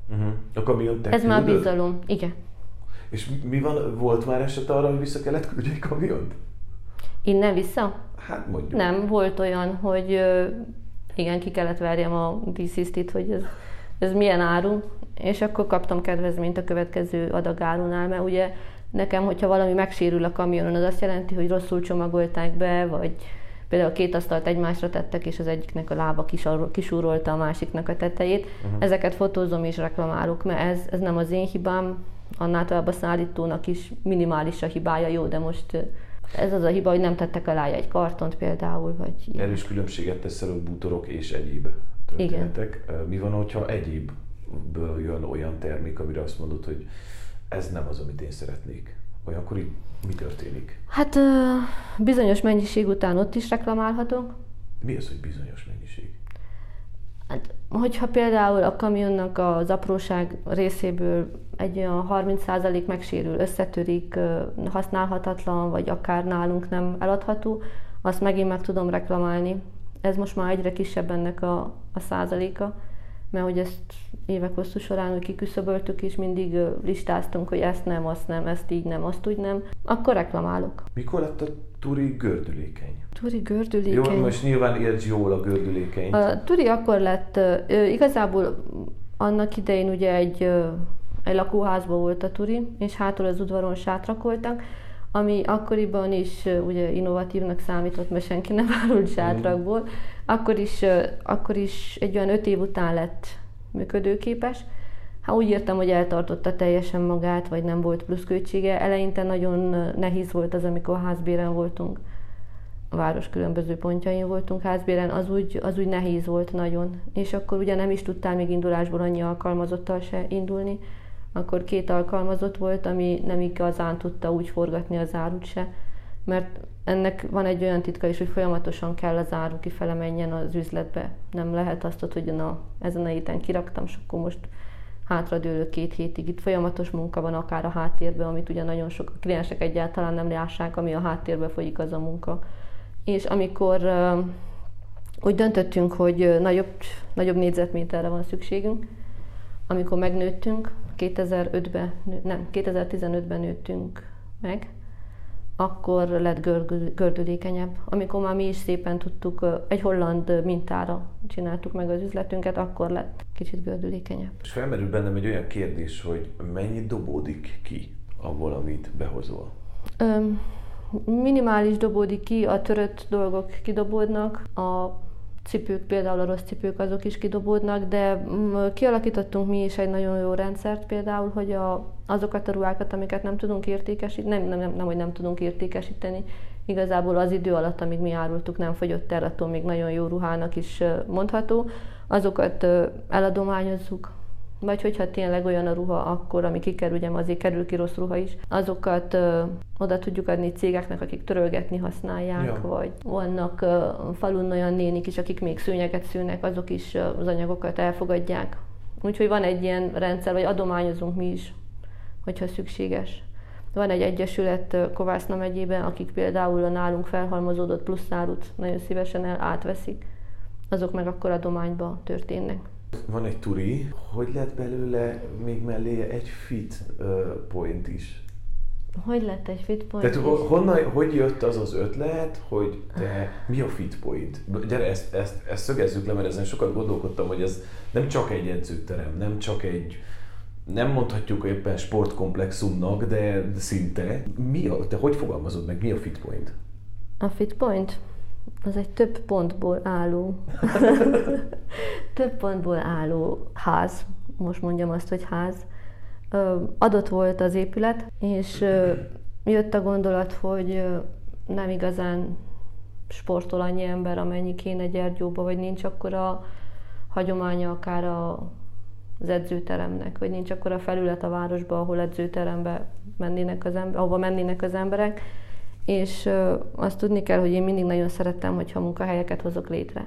A kamiont te ez küldöd? már bizalom, igen. És mi van, volt már eset arra, hogy vissza kellett küldni egy kamiont? Innen vissza? Hát mondjuk. Nem, volt olyan, hogy igen, ki kellett verjem a díszisztit, hogy ez milyen áru, és akkor kaptam kedvezményt a következő adagárunál, mert ugye nekem, hogyha valami megsérül a kamionon, az azt jelenti, hogy rosszul csomagolták be, vagy például 2 asztalt egymásra tettek, és az egyiknek a lába kisúrolta a másiknak a tetejét. Ezeket fotózom és reklamálok, mert ez nem az én hibám, annál tovább a szállítónak is minimális a hibája, jó, de most ez az a hiba, hogy nem tettek alá egy kartont például, vagy ilyen. Erős különbséget tesz a bútorok és egyéb történetek. Igen. Mi van, hogyha egyébből jön olyan termék, amire azt mondod, hogy ez nem az, amit én szeretnék? Olyankor így mi történik? Hát bizonyos mennyiség után ott is reklamálhatok. Mi az, hogy bizonyos mennyiség? Hát, hogyha például a kamionnak az apróság részéből egy olyan 30% megsérül, összetörik, használhatatlan, vagy akár nálunk nem eladható, azt megint meg tudom reklamálni. Ez most már egyre kisebb ennek a százaléka, mert hogy ezt évek hosszú során úgy kiküszöböltük, és mindig listáztunk, hogy ezt nem, azt nem, ezt így nem, azt úgy nem, akkor reklamálok. Mikor lett a Turi gördülékeny? Turi gördülékeny? Jó, most nyilván értsd jól a gördülékeny. A Turi akkor lett, igazából annak idején ugye egy lakóházban volt a Turi, és hátul az udvaron sátrak voltak, ami akkoriban is ugye innovatívnak számított, mert senki nem árult sátrakból. Akkor is egy olyan 5 év után lett működőképes. Hát úgy értem, hogy eltartotta teljesen magát, vagy nem volt pluszköltsége. Eleinte nagyon nehéz volt az, amikor házbéren voltunk. A város különböző pontjain voltunk házbéren, az úgy nehéz volt nagyon. És akkor ugye nem is tudtál még indulásból annyi alkalmazottal se indulni. Akkor 2 alkalmazott volt, ami nem igazán tudta úgy forgatni az árut se. Mert ennek van egy olyan titka is, hogy folyamatosan kell az áru kifele menjen az üzletbe. Nem lehet azt, hogy ezen a héten kiraktam, és akkor most hátradőlök 2 hétig. Itt folyamatos munka van akár a háttérben, amit ugye nagyon sok kliensek egyáltalán nem lássák, ami a háttérben folyik, az a munka. És amikor úgy döntöttünk, hogy nagyobb négyzetméterre van szükségünk, amikor megnőttünk, 2015-ben nőttünk meg, akkor lett gördülékenyebb. Amikor már mi is szépen tudtuk, egy holland mintára csináltuk meg az üzletünket, akkor lett kicsit gördülékenyebb. És felmerül bennem egy olyan kérdés, hogy mennyit dobódik ki abból, amit behozol? Minimális dobódik ki, a törött dolgok kidobódnak, a cipők, például a rossz cipők, azok is kidobódnak, de kialakítottunk mi is egy nagyon jó rendszert például, hogy azokat a ruhákat, amiket nem tudunk értékesíteni, nem, hogy nem tudunk értékesíteni, igazából az idő alatt, amíg mi árultuk, nem fogyott el, attól még nagyon jó ruhának is mondható, azokat eladományozzuk. Vagy hogyha tényleg olyan a ruha, akkor ami kikerül, ugye azért kerül ki rossz ruha is, azokat oda tudjuk adni cégeknek, akik törölgetni használják, ja. Vagy vannak falun olyan nénik is, akik még szőnyeget szőnek, azok is az anyagokat elfogadják. Úgyhogy van egy ilyen rendszer, vagy adományozunk mi is, hogyha szükséges. Van egy egyesület Kovászna megyében, akik például a nálunk felhalmozódott pluszárut nagyon szívesen átveszik, azok meg akkor adományba történnek. Van egy Turi, hogy lett belőle még mellé egy fit point is? Hogy lett egy fitpoint? Tehát hogy jött az az ötlet, hogy mi a fitpoint? Gyere, ezt szögezzük le, mert ezen sokat gondolkodtam, hogy ez nem csak egy edzőterem, nem mondhatjuk éppen sportkomplexumnak, de szinte. Te hogy fogalmazod meg, mi a fitpoint? A fitpoint? Az egy több pontból álló ház. Most mondjam azt, hogy ház. Adott volt az épület, és jött a gondolat, hogy nem igazán sportol annyi ember, amennyi kéne Gyergyóba, vagy nincs akkora hagyománya akár az edzőteremnek, vagy nincs akkora felület a városban, ahol edzőterembe ahova mennének az emberek. És azt tudni kell, hogy én mindig nagyon szerettem, hogyha munkahelyeket hozok létre.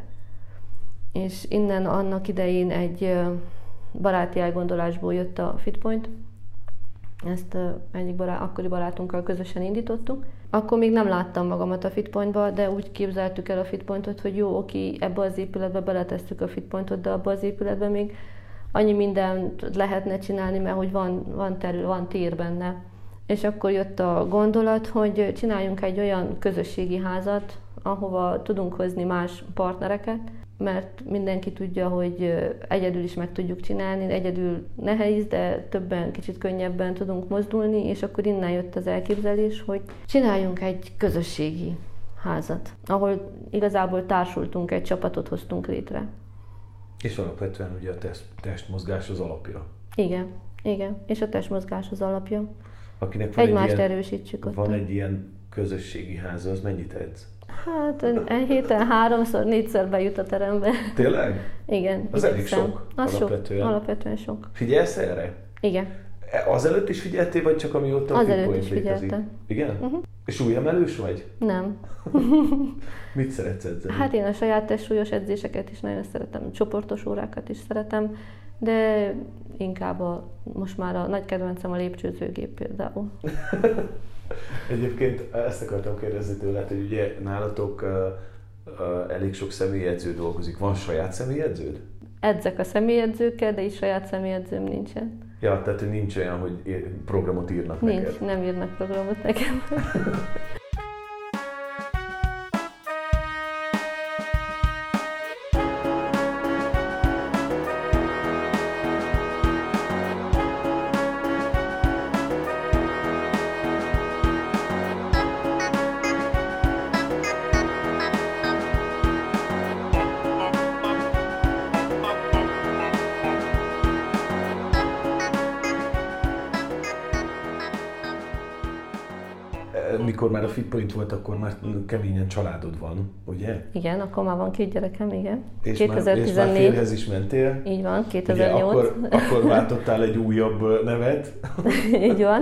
És innen annak idején egy baráti elgondolásból jött a Fitpoint. Ezt egyik akkori barátunkkal közösen indítottuk. Akkor még nem láttam magamat a Fitpointba, de úgy képzeltük el a Fitpointot, hogy jó, oké, ebbe az épületbe beletesszük a Fitpointot, de abba az épületben még annyi mindent lehetne csinálni, mert hogy van tér benne. És akkor jött a gondolat, hogy csináljunk egy olyan közösségi házat, ahova tudunk hozni más partnereket, mert mindenki tudja, hogy egyedül is meg tudjuk csinálni, egyedül nehéz, de többen, kicsit könnyebben tudunk mozdulni, és akkor innen jött az elképzelés, hogy csináljunk egy közösségi házat, ahol igazából társultunk, egy csapatot hoztunk létre. És alapvetően ugye a testmozgás az alapja. Igen, és a testmozgás az alapja. Akinek egymást erősítsük ott. Van egy ilyen közösségi háza, az mennyit edz? Hát egy héten 3-4-szer bejut a terembe. Tényleg? Igen. Az elég sok. Az alapvetően sok. Figyelsz erre? Igen. Azelőtt is figyeltél, vagy csak amióta a Fitpoint is figyeltem. Igen? És ujjemelős vagy? Nem. Mit szeretsz edzeni? Hát én a saját testsúlyos edzéseket is nagyon szeretem, csoportos órákat is szeretem, de inkább most már a nagy kedvencem a lépcsőzőgép például. Egyébként ezt akartam kérdezni tőled, hogy ugye nálatok elég sok személyedző dolgozik. Van saját személyedződ? Edzek a személyedzőkkel, de is saját személyedzőm nincsen. Ja, tehát nincs olyan, hogy programot írnak neked? Nincs, nem írnak programot nekem. Mikor már a Fitpoint volt, akkor már keményen családod van, ugye? Igen, akkor már van 2 gyerekem, igen. És 2014. És már férhez is mentél? Így van, 2008. Ugye, akkor váltottál egy újabb nevet. Így van.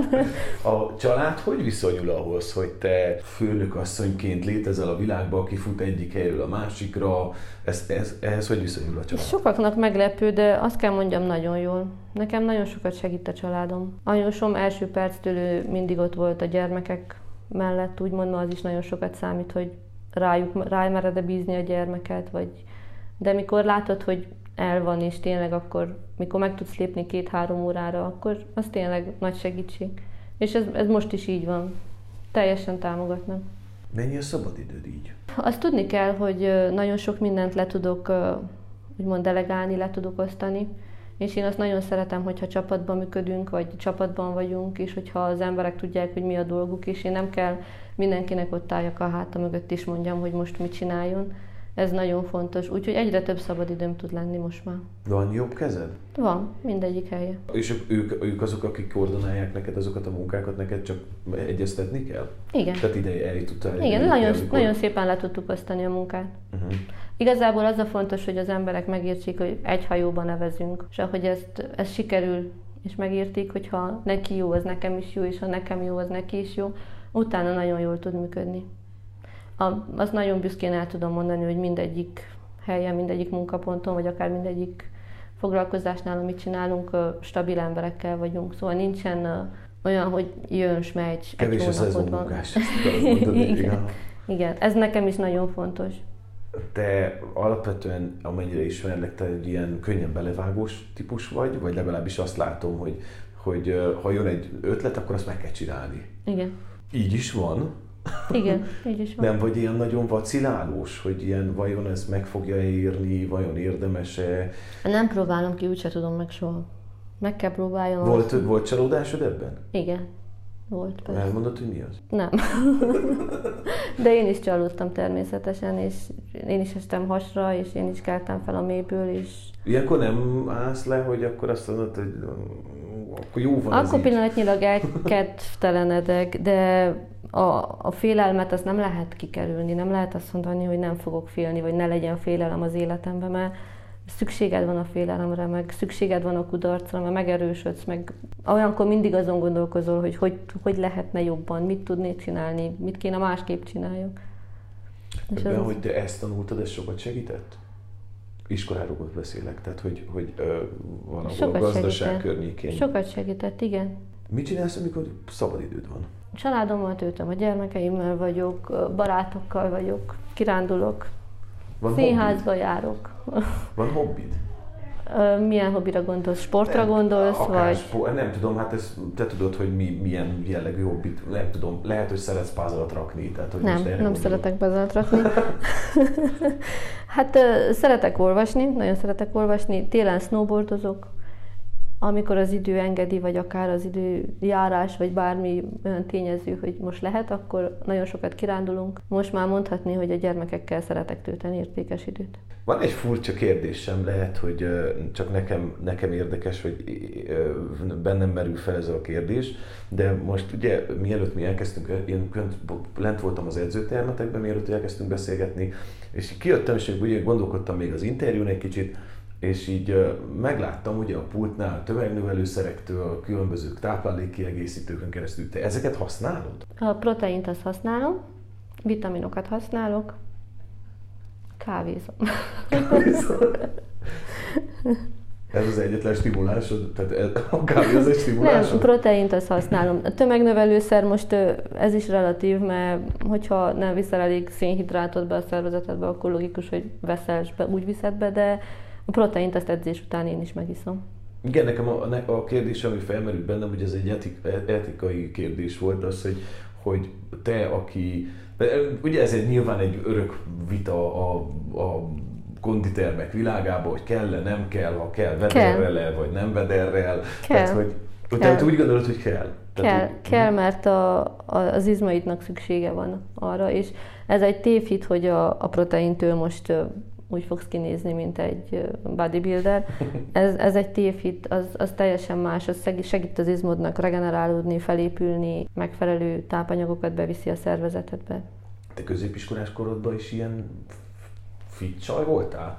A család hogy viszonyul ahhoz, hogy te főnökasszonyként létezel a világban, aki fut egyik helyről a másikra? Ehhez hogy viszonyul a család? Sokaknak meglepő, de azt kell mondjam, nagyon jól. Nekem nagyon sokat segít a családom. Anyósom első perctől mindig ott volt a gyermekek mellett, úgymond az is nagyon sokat számít, hogy rá mered-e bízni a gyermeket, de mikor látod, hogy el van, és tényleg akkor, mikor meg tudsz lépni 2-3 órára, akkor az tényleg nagy segítség. És ez most is így van. Teljesen támogatnak. Mennyi a szabadidőd így? Azt tudni kell, hogy nagyon sok mindent le tudok úgymond delegálni, le tudok osztani, és én azt nagyon szeretem, hogyha csapatban működünk, vagy csapatban vagyunk, és hogyha az emberek tudják, hogy mi a dolguk, és én nem kell mindenkinek ott álljak a háta mögött is mondjam, hogy most mit csináljon. Ez nagyon fontos, úgyhogy egyre több szabadidőm tud lenni most már. Van jobb kezed? Van, mindegyik helye. És ők azok, akik koordinálják neked azokat a munkákat, neked csak egyeztetni kell? Igen. Tehát ide eljutottál? Igen, nagyon szépen le tudtuk osztani a munkát. Uh-huh. Igazából az a fontos, hogy az emberek megértsék, hogy egy hajóban nevezünk, és ahogy ez sikerül, és megértik, hogy ha neki jó, az nekem is jó, és ha nekem jó, az neki is jó, utána nagyon jól tud működni. Azt nagyon büszkén el tudom mondani, hogy mindegyik helyen, mindegyik munkaponton, vagy akár mindegyik foglalkozásnál, amit csinálunk, stabil emberekkel vagyunk. Szóval nincsen olyan, hogy jön, s megy, kevés a szezonmunkás. Igen, ez nekem is nagyon fontos. Te alapvetően, amennyire ismerlek, te egy ilyen könnyen belevágós típus vagy legalábbis azt látom, hogy ha jön egy ötlet, akkor azt meg kell csinálni. Igen. Így is van. Igen, így is van. Nem vagy ilyen nagyon vacilálós, hogy ilyen vajon ezt meg fogja érni, vajon érdemes-e? Nem próbálom ki, úgyse tudom meg soha. Meg kell próbálnom. Volt csalódásod ebben? Igen. Volt persze. Elmondod, hogy mi az? Nem. De én is csalódtam természetesen, és én is estem hasra, és én is keltem fel a mélyből, és... Ilyenkor nem állsz le, hogy akkor azt mondod, hogy akkor jó van akkor ez pillanatnyilag elkedvtelenedek, de a félelmet azt nem lehet kikerülni, nem lehet azt mondani, hogy nem fogok félni, vagy ne legyen félelem az életemben, mert szükséged van a félelemre, meg szükséged van a kudarcra, mert megerősödsz, meg olyankor mindig azon gondolkozol, hogy lehetne jobban, mit tudnék csinálni, mit kéne másképp csináljak. Ebben, hogy te ezt tanultad, ez sokat segített? Iskoláról beszélek, tehát hogy van a gazdaság környékén. Sokat segített, igen. Mit csinálsz, amikor szabadidőd van? Családommal töltöm, a gyermekeimmel vagyok, barátokkal vagyok, kirándulok, színházba járok. Van hobbid? Milyen hobbira gondolsz? Sportra gondolsz? Vagy? Nem tudom, hát te tudod, hogy milyen jellegű hobbit, nem tudom, lehet, hogy szeretsz pázalat rakni. Tehát, hogy nem szeretek pázalat rakni. Hát szeretek olvasni, nagyon szeretek olvasni, télen snowboardozok, amikor az idő engedi, vagy akár az időjárás, vagy bármi olyan tényező, hogy most lehet, akkor nagyon sokat kirándulunk. Most már mondhatni, hogy a gyermekekkel szeretek tölteni értékes időt. Van egy furcsa kérdésem, lehet, hogy csak nekem érdekes, hogy bennem merül fel ez a kérdés, de most ugye mielőtt mi elkezdtünk, én lent voltam az edzőtermetekben, mielőtt elkezdtünk beszélgetni, és kijöttem, és ugye gondolkodtam még az interjún egy kicsit, és így megláttam ugye a pultnál a tömegnövelőszerektől, a különböző táplálékkiegészítőkön keresztül. Te ezeket használod? A proteint azt használom, vitaminokat használok, kávézom. Ez az egyetlen stimulásod? Tehát a kávé az egy stimulásod? Nem, proteint azt használom. A tömegnövelőszer most ez is relatív, mert hogyha nem viszel elég szénhidrátot be a szervezetedbe, akkor logikus, hogy úgy viszed be, de a proteint azt edzés után én is megiszom. Igen, nekem a kérdés, ami felmerült bennem, hogy ez egy etikai kérdés volt, az, hogy te, aki... Ugye ez nyilván egy örök vita a konditermek világában, hogy kell-e, nem kell, ha kell, vederrel-e, vagy nem vederrel. Kell. Tehát, hogy te úgy gondolod, hogy kell? Kell, mert az izmaidnak szüksége van arra, és ez egy tévhit, hogy a proteintől most úgy fogsz kinézni, mint egy bodybuilder. Ez egy tévhit, az teljesen más, az segít az izmodnak regenerálódni, felépülni, megfelelő tápanyagokat beviszi a szervezetedbe. Te középiskolás korodban is ilyen fit csaj voltál?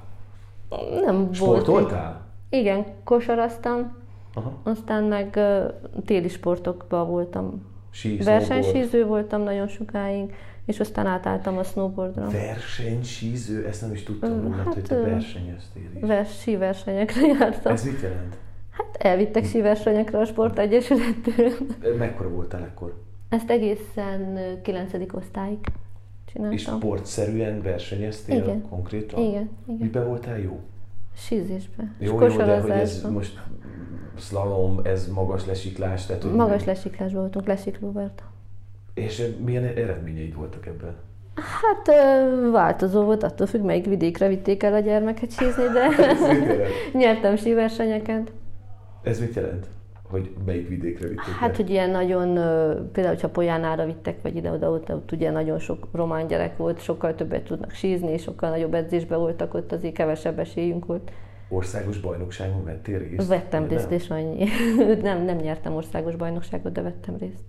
Nem Sportoltál? Igen, kosaraztam, aha. Aztán meg téli sportokban voltam. Versenysíző voltam nagyon sokáig, és aztán átálltam a snowboardra. Versenysíző? Ezt nem is tudtam, hogy te versenyeztél is. Síversenyekre jártam. Ez mit jelent? Hát elvittek síversenyekre a sportegyesülettől. Mekkora voltál ekkor? Ezt egészen 9. osztályig csináltam. És sportszerűen versenyeztél? Igen. Konkrétan? Igen. Miben voltál jó? Sízésben. Jó, de hogy ez most szlalom, ez magas lesiklás? Tehát, magas lesiklásban voltunk, lesiklóvert. És milyen eredményeid voltak ebben? Hát változó volt, attól függ, melyik vidékre vitték el a gyermeket sízni, de nyertem síversenyeket. Ez mit jelent? Hogy melyik vidékre vitték el? Hát, hogy ilyen nagyon, például, hogyha Pojánára vittek, vagy ide-oda, ott ugye nagyon sok román gyerek volt, sokkal többet tudnak sízni, sokkal nagyobb edzésben voltak, ott azért kevesebb esélyünk volt. Országos bajnokságon vettél részt? Vettem részt, és annyi. nem nyertem országos bajnokságot, de vettem részt.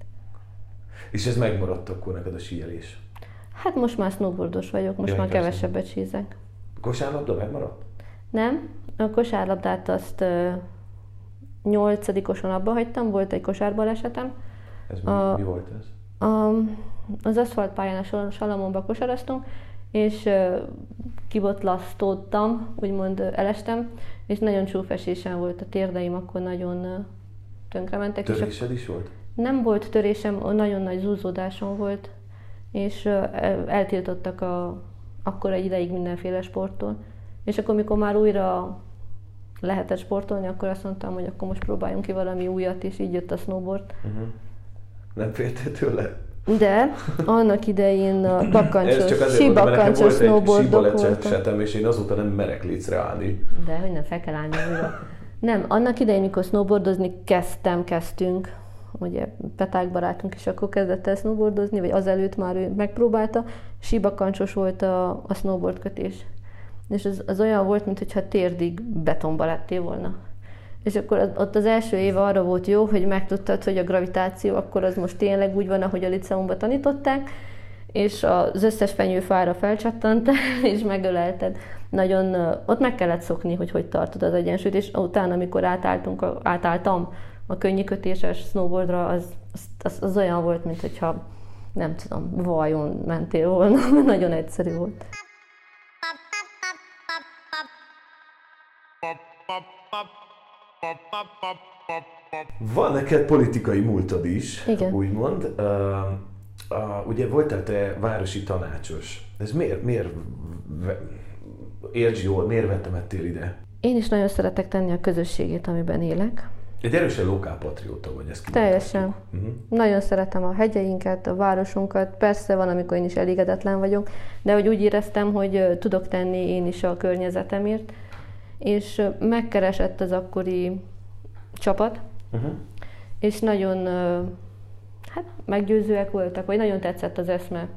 És ez megmaradt akkor neked a síelés? Hát most már snowboardos vagyok, most már kevesebbet sízek. Kosárlabda megmaradt? Nem, a kosárlabdát azt 8-oson abba hagytam, volt egy kosárbalesetem. Ez mi volt ez? Az aszfaltpályán a Salamonba kosaraztunk, és kibotlasztódtam, úgymond elestem, és nagyon csúfesésen volt a térdeim, akkor nagyon tönkrementek. Törésed is volt? Nem volt törésem, nagyon nagy zúzódásom volt, és eltiltottak akkor egy ideig mindenféle sporttól. És akkor, mikor már újra lehetett sportolni, akkor azt mondtam, hogy akkor most próbáljunk ki valami újat, és így jött a snowboard. Nem féltél tőle? De annak idején a síbakkancsos snowboardok voltak. És én azóta nem merek lécre állni. De hogy nem, fel kell állni újra. Nem, annak idején, mikor snowboardozni kezdtünk, ugye Peták barátunk is akkor kezdett el snowboardozni, vagy azelőtt már ő megpróbálta, síbakancsos volt a snowboard kötés. És az olyan volt, mintha térdig betonba lettél volna. És akkor ott az első év arra volt jó, hogy megtudtad, hogy a gravitáció akkor az most tényleg úgy van, ahogy a liceumban tanították, és az összes fenyőfára felcsattantál, és megölelted. Nagyon, ott meg kellett szokni, hogy tartod az egyensúlyt, és utána, amikor átálltam a könnyűkötéses snowboardra, az olyan volt, mint hogyha, nem tudom, vajon mentél volna, mert nagyon egyszerű volt. Van neked politikai múltad is, igen, úgymond. Ugye voltál te városi tanácsos. Ez miért értsd jól, miért vetemettél ide? Én is nagyon szeretek tenni a közösségét, amiben élek. Egy erősen lokálpatrióta vagy, ezt teljesen. Nagyon szeretem a hegyeinket, a városunkat. Persze van, amikor én is elégedetlen vagyok, de hogy úgy éreztem, hogy tudok tenni én is a környezetemért. És megkeresett az akkori csapat, és nagyon meggyőzőek voltak, vagy nagyon tetszett az eszme,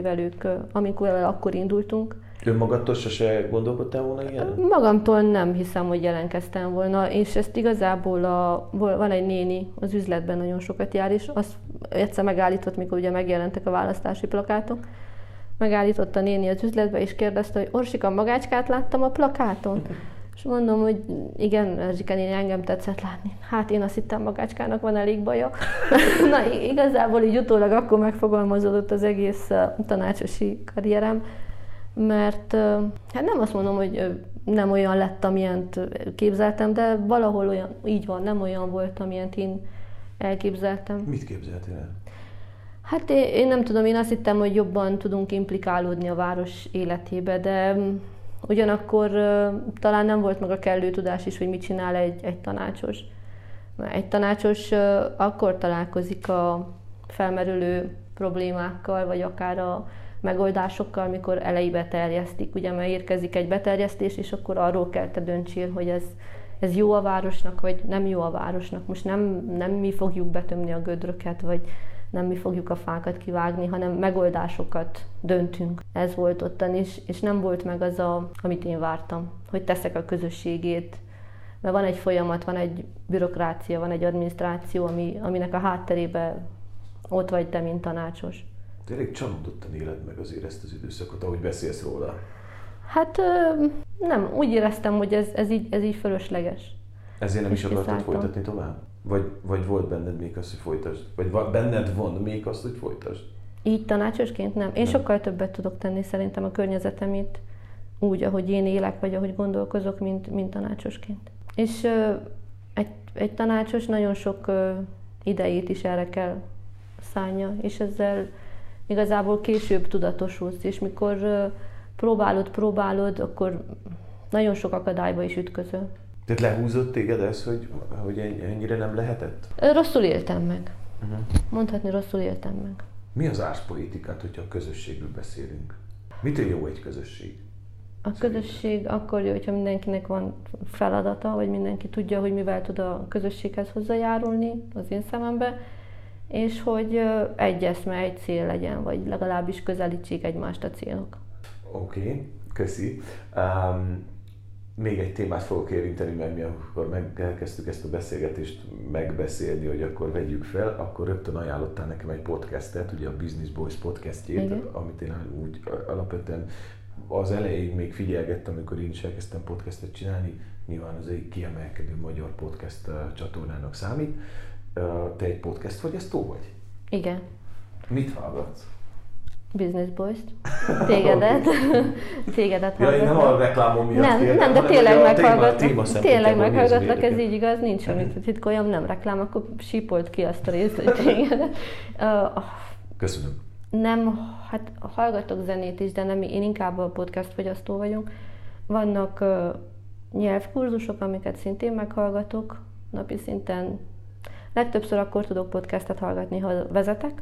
amikor akkor indultunk. Önmagadtól sose gondolkodtál volna ilyen? Magamtól nem hiszem, hogy jelentkeztem volna, és ezt igazából van egy néni az üzletben, nagyon sokat jár, és azt egyszer megállított, mikor ugye megjelentek a választási plakátok, megállított a néni az üzletbe, és kérdezte, hogy Orsika, magácskát láttam a plakáton? És mondom, hogy igen, Erzsike néni, engem tetszett látni. Hát én azt hittem, magácskának van elég baja. Na, igazából így utólag akkor megfogalmazódott az egész tanácsosi karrierem, mert hát nem azt mondom, hogy nem olyan lett, amilyent képzeltem, de valahol olyan, így van, nem olyan volt, amilyent én elképzeltem. Mit képzeltél el? Hát én nem tudom, én azt hittem, hogy jobban tudunk implikálódni a város életébe, de ugyanakkor talán nem volt meg a kellő tudás is, hogy mit csinál egy tanácsos. Egy tanácsos akkor találkozik a felmerülő problémákkal, vagy akár a megoldásokkal, mikor elejébe terjesztik. Ugye, mert érkezik egy beterjesztés, és akkor arról kell te döntsél, hogy ez jó a városnak, vagy nem jó a városnak. Most nem mi fogjuk betömni a gödröket, vagy nem mi fogjuk a fákat kivágni, hanem megoldásokat döntünk. Ez volt ottan is, és nem volt meg az, amit én vártam, hogy teszek a közösségét. Mert van egy folyamat, van egy bürokrácia, van egy adminisztráció, aminek a hátterében ott vagy te, mint tanácsos. Tényleg csalódottan éled meg azért ezt az időszakot, ahogy beszélsz róla? Hát nem, úgy éreztem, hogy ez így fölösleges. Ezért nem is akartad folytatni tovább? Vagy volt benned még az, hogy folytasd? Vagy benned van még az, hogy folytasd? Így tanácsosként nem. Én sokkal többet tudok tenni szerintem a környezetemét úgy, ahogy én élek, vagy ahogy gondolkozok, mint tanácsosként. És egy tanácsos nagyon sok idejét is erre kell szánja, és ezzel igazából később tudatosulsz, és mikor próbálod, akkor nagyon sok akadályba is ütközöl. Tehát lehúzott téged ez, hogy ennyire nem lehetett? Rosszul éltem meg. Mondhatni, rosszul éltem meg. Mi az árszpolitikát, hogyha a közösségről beszélünk? Mitől jó egy közösség? A közösség akkor jó, hogyha mindenkinek van feladata, vagy mindenki tudja, hogy mivel tud a közösséghez hozzájárulni, az én szememben, és hogy egy eszme, egy cél legyen, vagy legalábbis közelítsék egymást a célok. Oké, köszi. Még egy témát fogok érinteni, mert mi amikor elkezdtük ezt a beszélgetést megbeszélni, hogy akkor vegyük fel, akkor rögtön ajánlottál nekem egy podcastet, ugye a Business Boys podcastjét, amit én úgy alapvetően az elejéig még figyelgettem, amikor én is elkezdtem podcastet csinálni, nyilván az egy kiemelkedő magyar podcast csatornának számít. Te egy podcast fogyasztó vagy? Igen. Mit hallgatsz? Business Boys-t. Tégedet hallgatlak. Ja, én nem a reklámom miatt nem, de tényleg meghallgatlak. Tényleg meghallgatlak, ez így igaz, nincs semmit titkoljam, nem reklám, akkor sípolt ki azt a részt, hogy tégedet. Köszönöm. Nem, hát hallgatok zenét is, de nem, én inkább a podcast fogyasztó vagyok. Vannak nyelvkurzusok, amiket szintén meghallgatok napi szinten. Legtöbbször akkor tudok podcastet hallgatni, ha vezetek,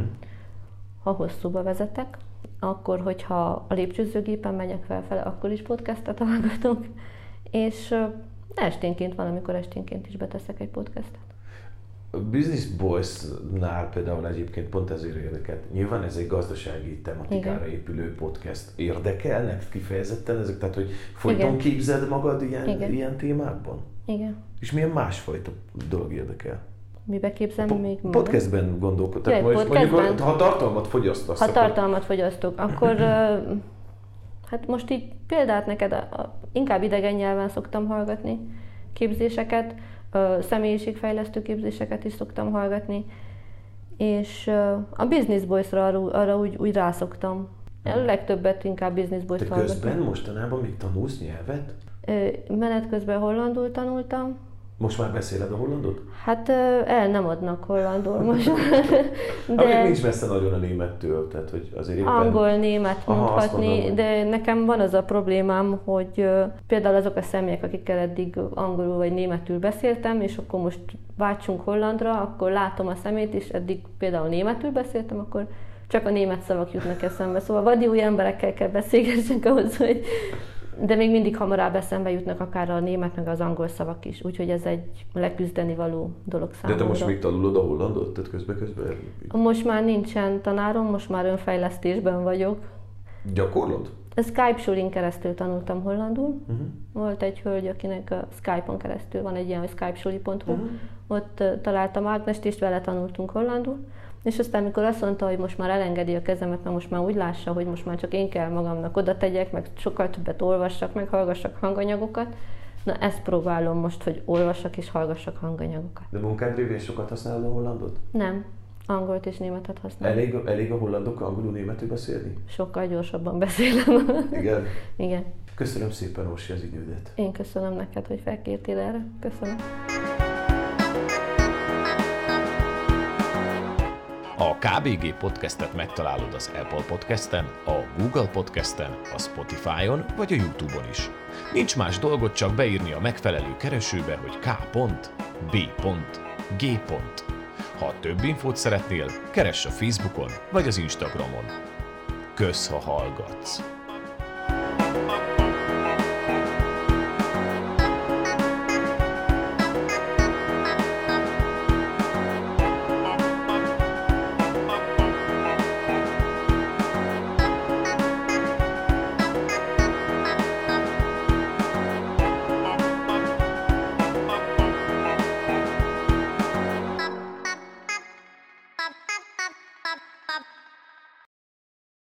ha hosszúba vezetek. Akkor, hogyha a lépcsőzőgépen megyek felfele, akkor is podcastet hallgatok. És esténként van, amikor esténként is beteszek egy podcastet. A Business Boys-nál például egyébként pont ezért érdekelt. Nyilván ez egy gazdasági tematikára épülő podcast. Érdekelnek kifejezetten ezek? Tehát, hogy folyton képzeld magad ilyen témákban? Igen. És milyen másfajta dolog érdekel? Mibe képzelem még magam? Podcastben gondolkodok. Tehát mondjuk, ha tartalmat fogyasztasz. Ha tartalmat fogyasztok, akkor hát most így példát neked, inkább idegen nyelven szoktam hallgatni képzéseket, személyiségfejlesztő képzéseket is szoktam hallgatni, és a Business Boys-ra arra úgy rászoktam. A legtöbbet inkább Business Boys-t hallgatom. Te közben mostanában még tanulsz nyelvet? Menet közben hollandul tanultam. Most már beszéled a hollandot? Hát el nem adnak hollandul most. De nincs messze nagyon a némettől, tehát hogy azért éppen... Angol-német mondhatni, de nekem van az a problémám, hogy például azok a személyek, akikkel eddig angolul vagy németül beszéltem, és akkor most váltsunk hollandra, akkor látom a szemét, és eddig például németül beszéltem, akkor csak a német szavak jutnak eszembe. Szóval vadi új emberekkel kell beszélgessünk ahhoz, hogy... De még mindig hamarabb eszembe jutnak akár a német, meg az angol szavak is, úgyhogy ez egy leküzdeni való dolog számomra. De te most még tanulod a hollandot? Tehát közben? Most már nincsen tanárom, most már önfejlesztésben vagyok. Gyakorlod? A Skype sulin keresztül tanultam hollandul. Volt egy hölgy, akinek a Skype-on keresztül van egy ilyen, hogy skypesuli.hu. Ott találtam Ágnest, és vele tanultunk hollandul. És aztán, amikor azt mondta, hogy most már elengedi a kezemet, mert most már úgy lássa, hogy most már csak én kell magamnak oda tegyek, meg sokkal többet olvassak, meg hallgassak hanganyagokat. Na ezt próbálom most, hogy olvassak és hallgassak hanganyagokat. De munkád révén sokat használod a hollandot? Nem. Angolt és németet használom. Elég a hollandokkal angolul németül beszélni? Sokkal gyorsabban beszélem. Igen? Igen. Köszönöm szépen, Orsi, az idődet. Én köszönöm neked, hogy felkértél erre. Köszönöm. A KBG podcastet megtalálod az Apple Podcasten, a Google Podcasten, a Spotify-on vagy a YouTube-on is. Nincs más dolgot, csak beírni a megfelelő keresőbe, hogy k.b.g. Ha több infót szeretnél, keress a Facebookon vagy az Instagramon. Kösz, ha hallgatsz!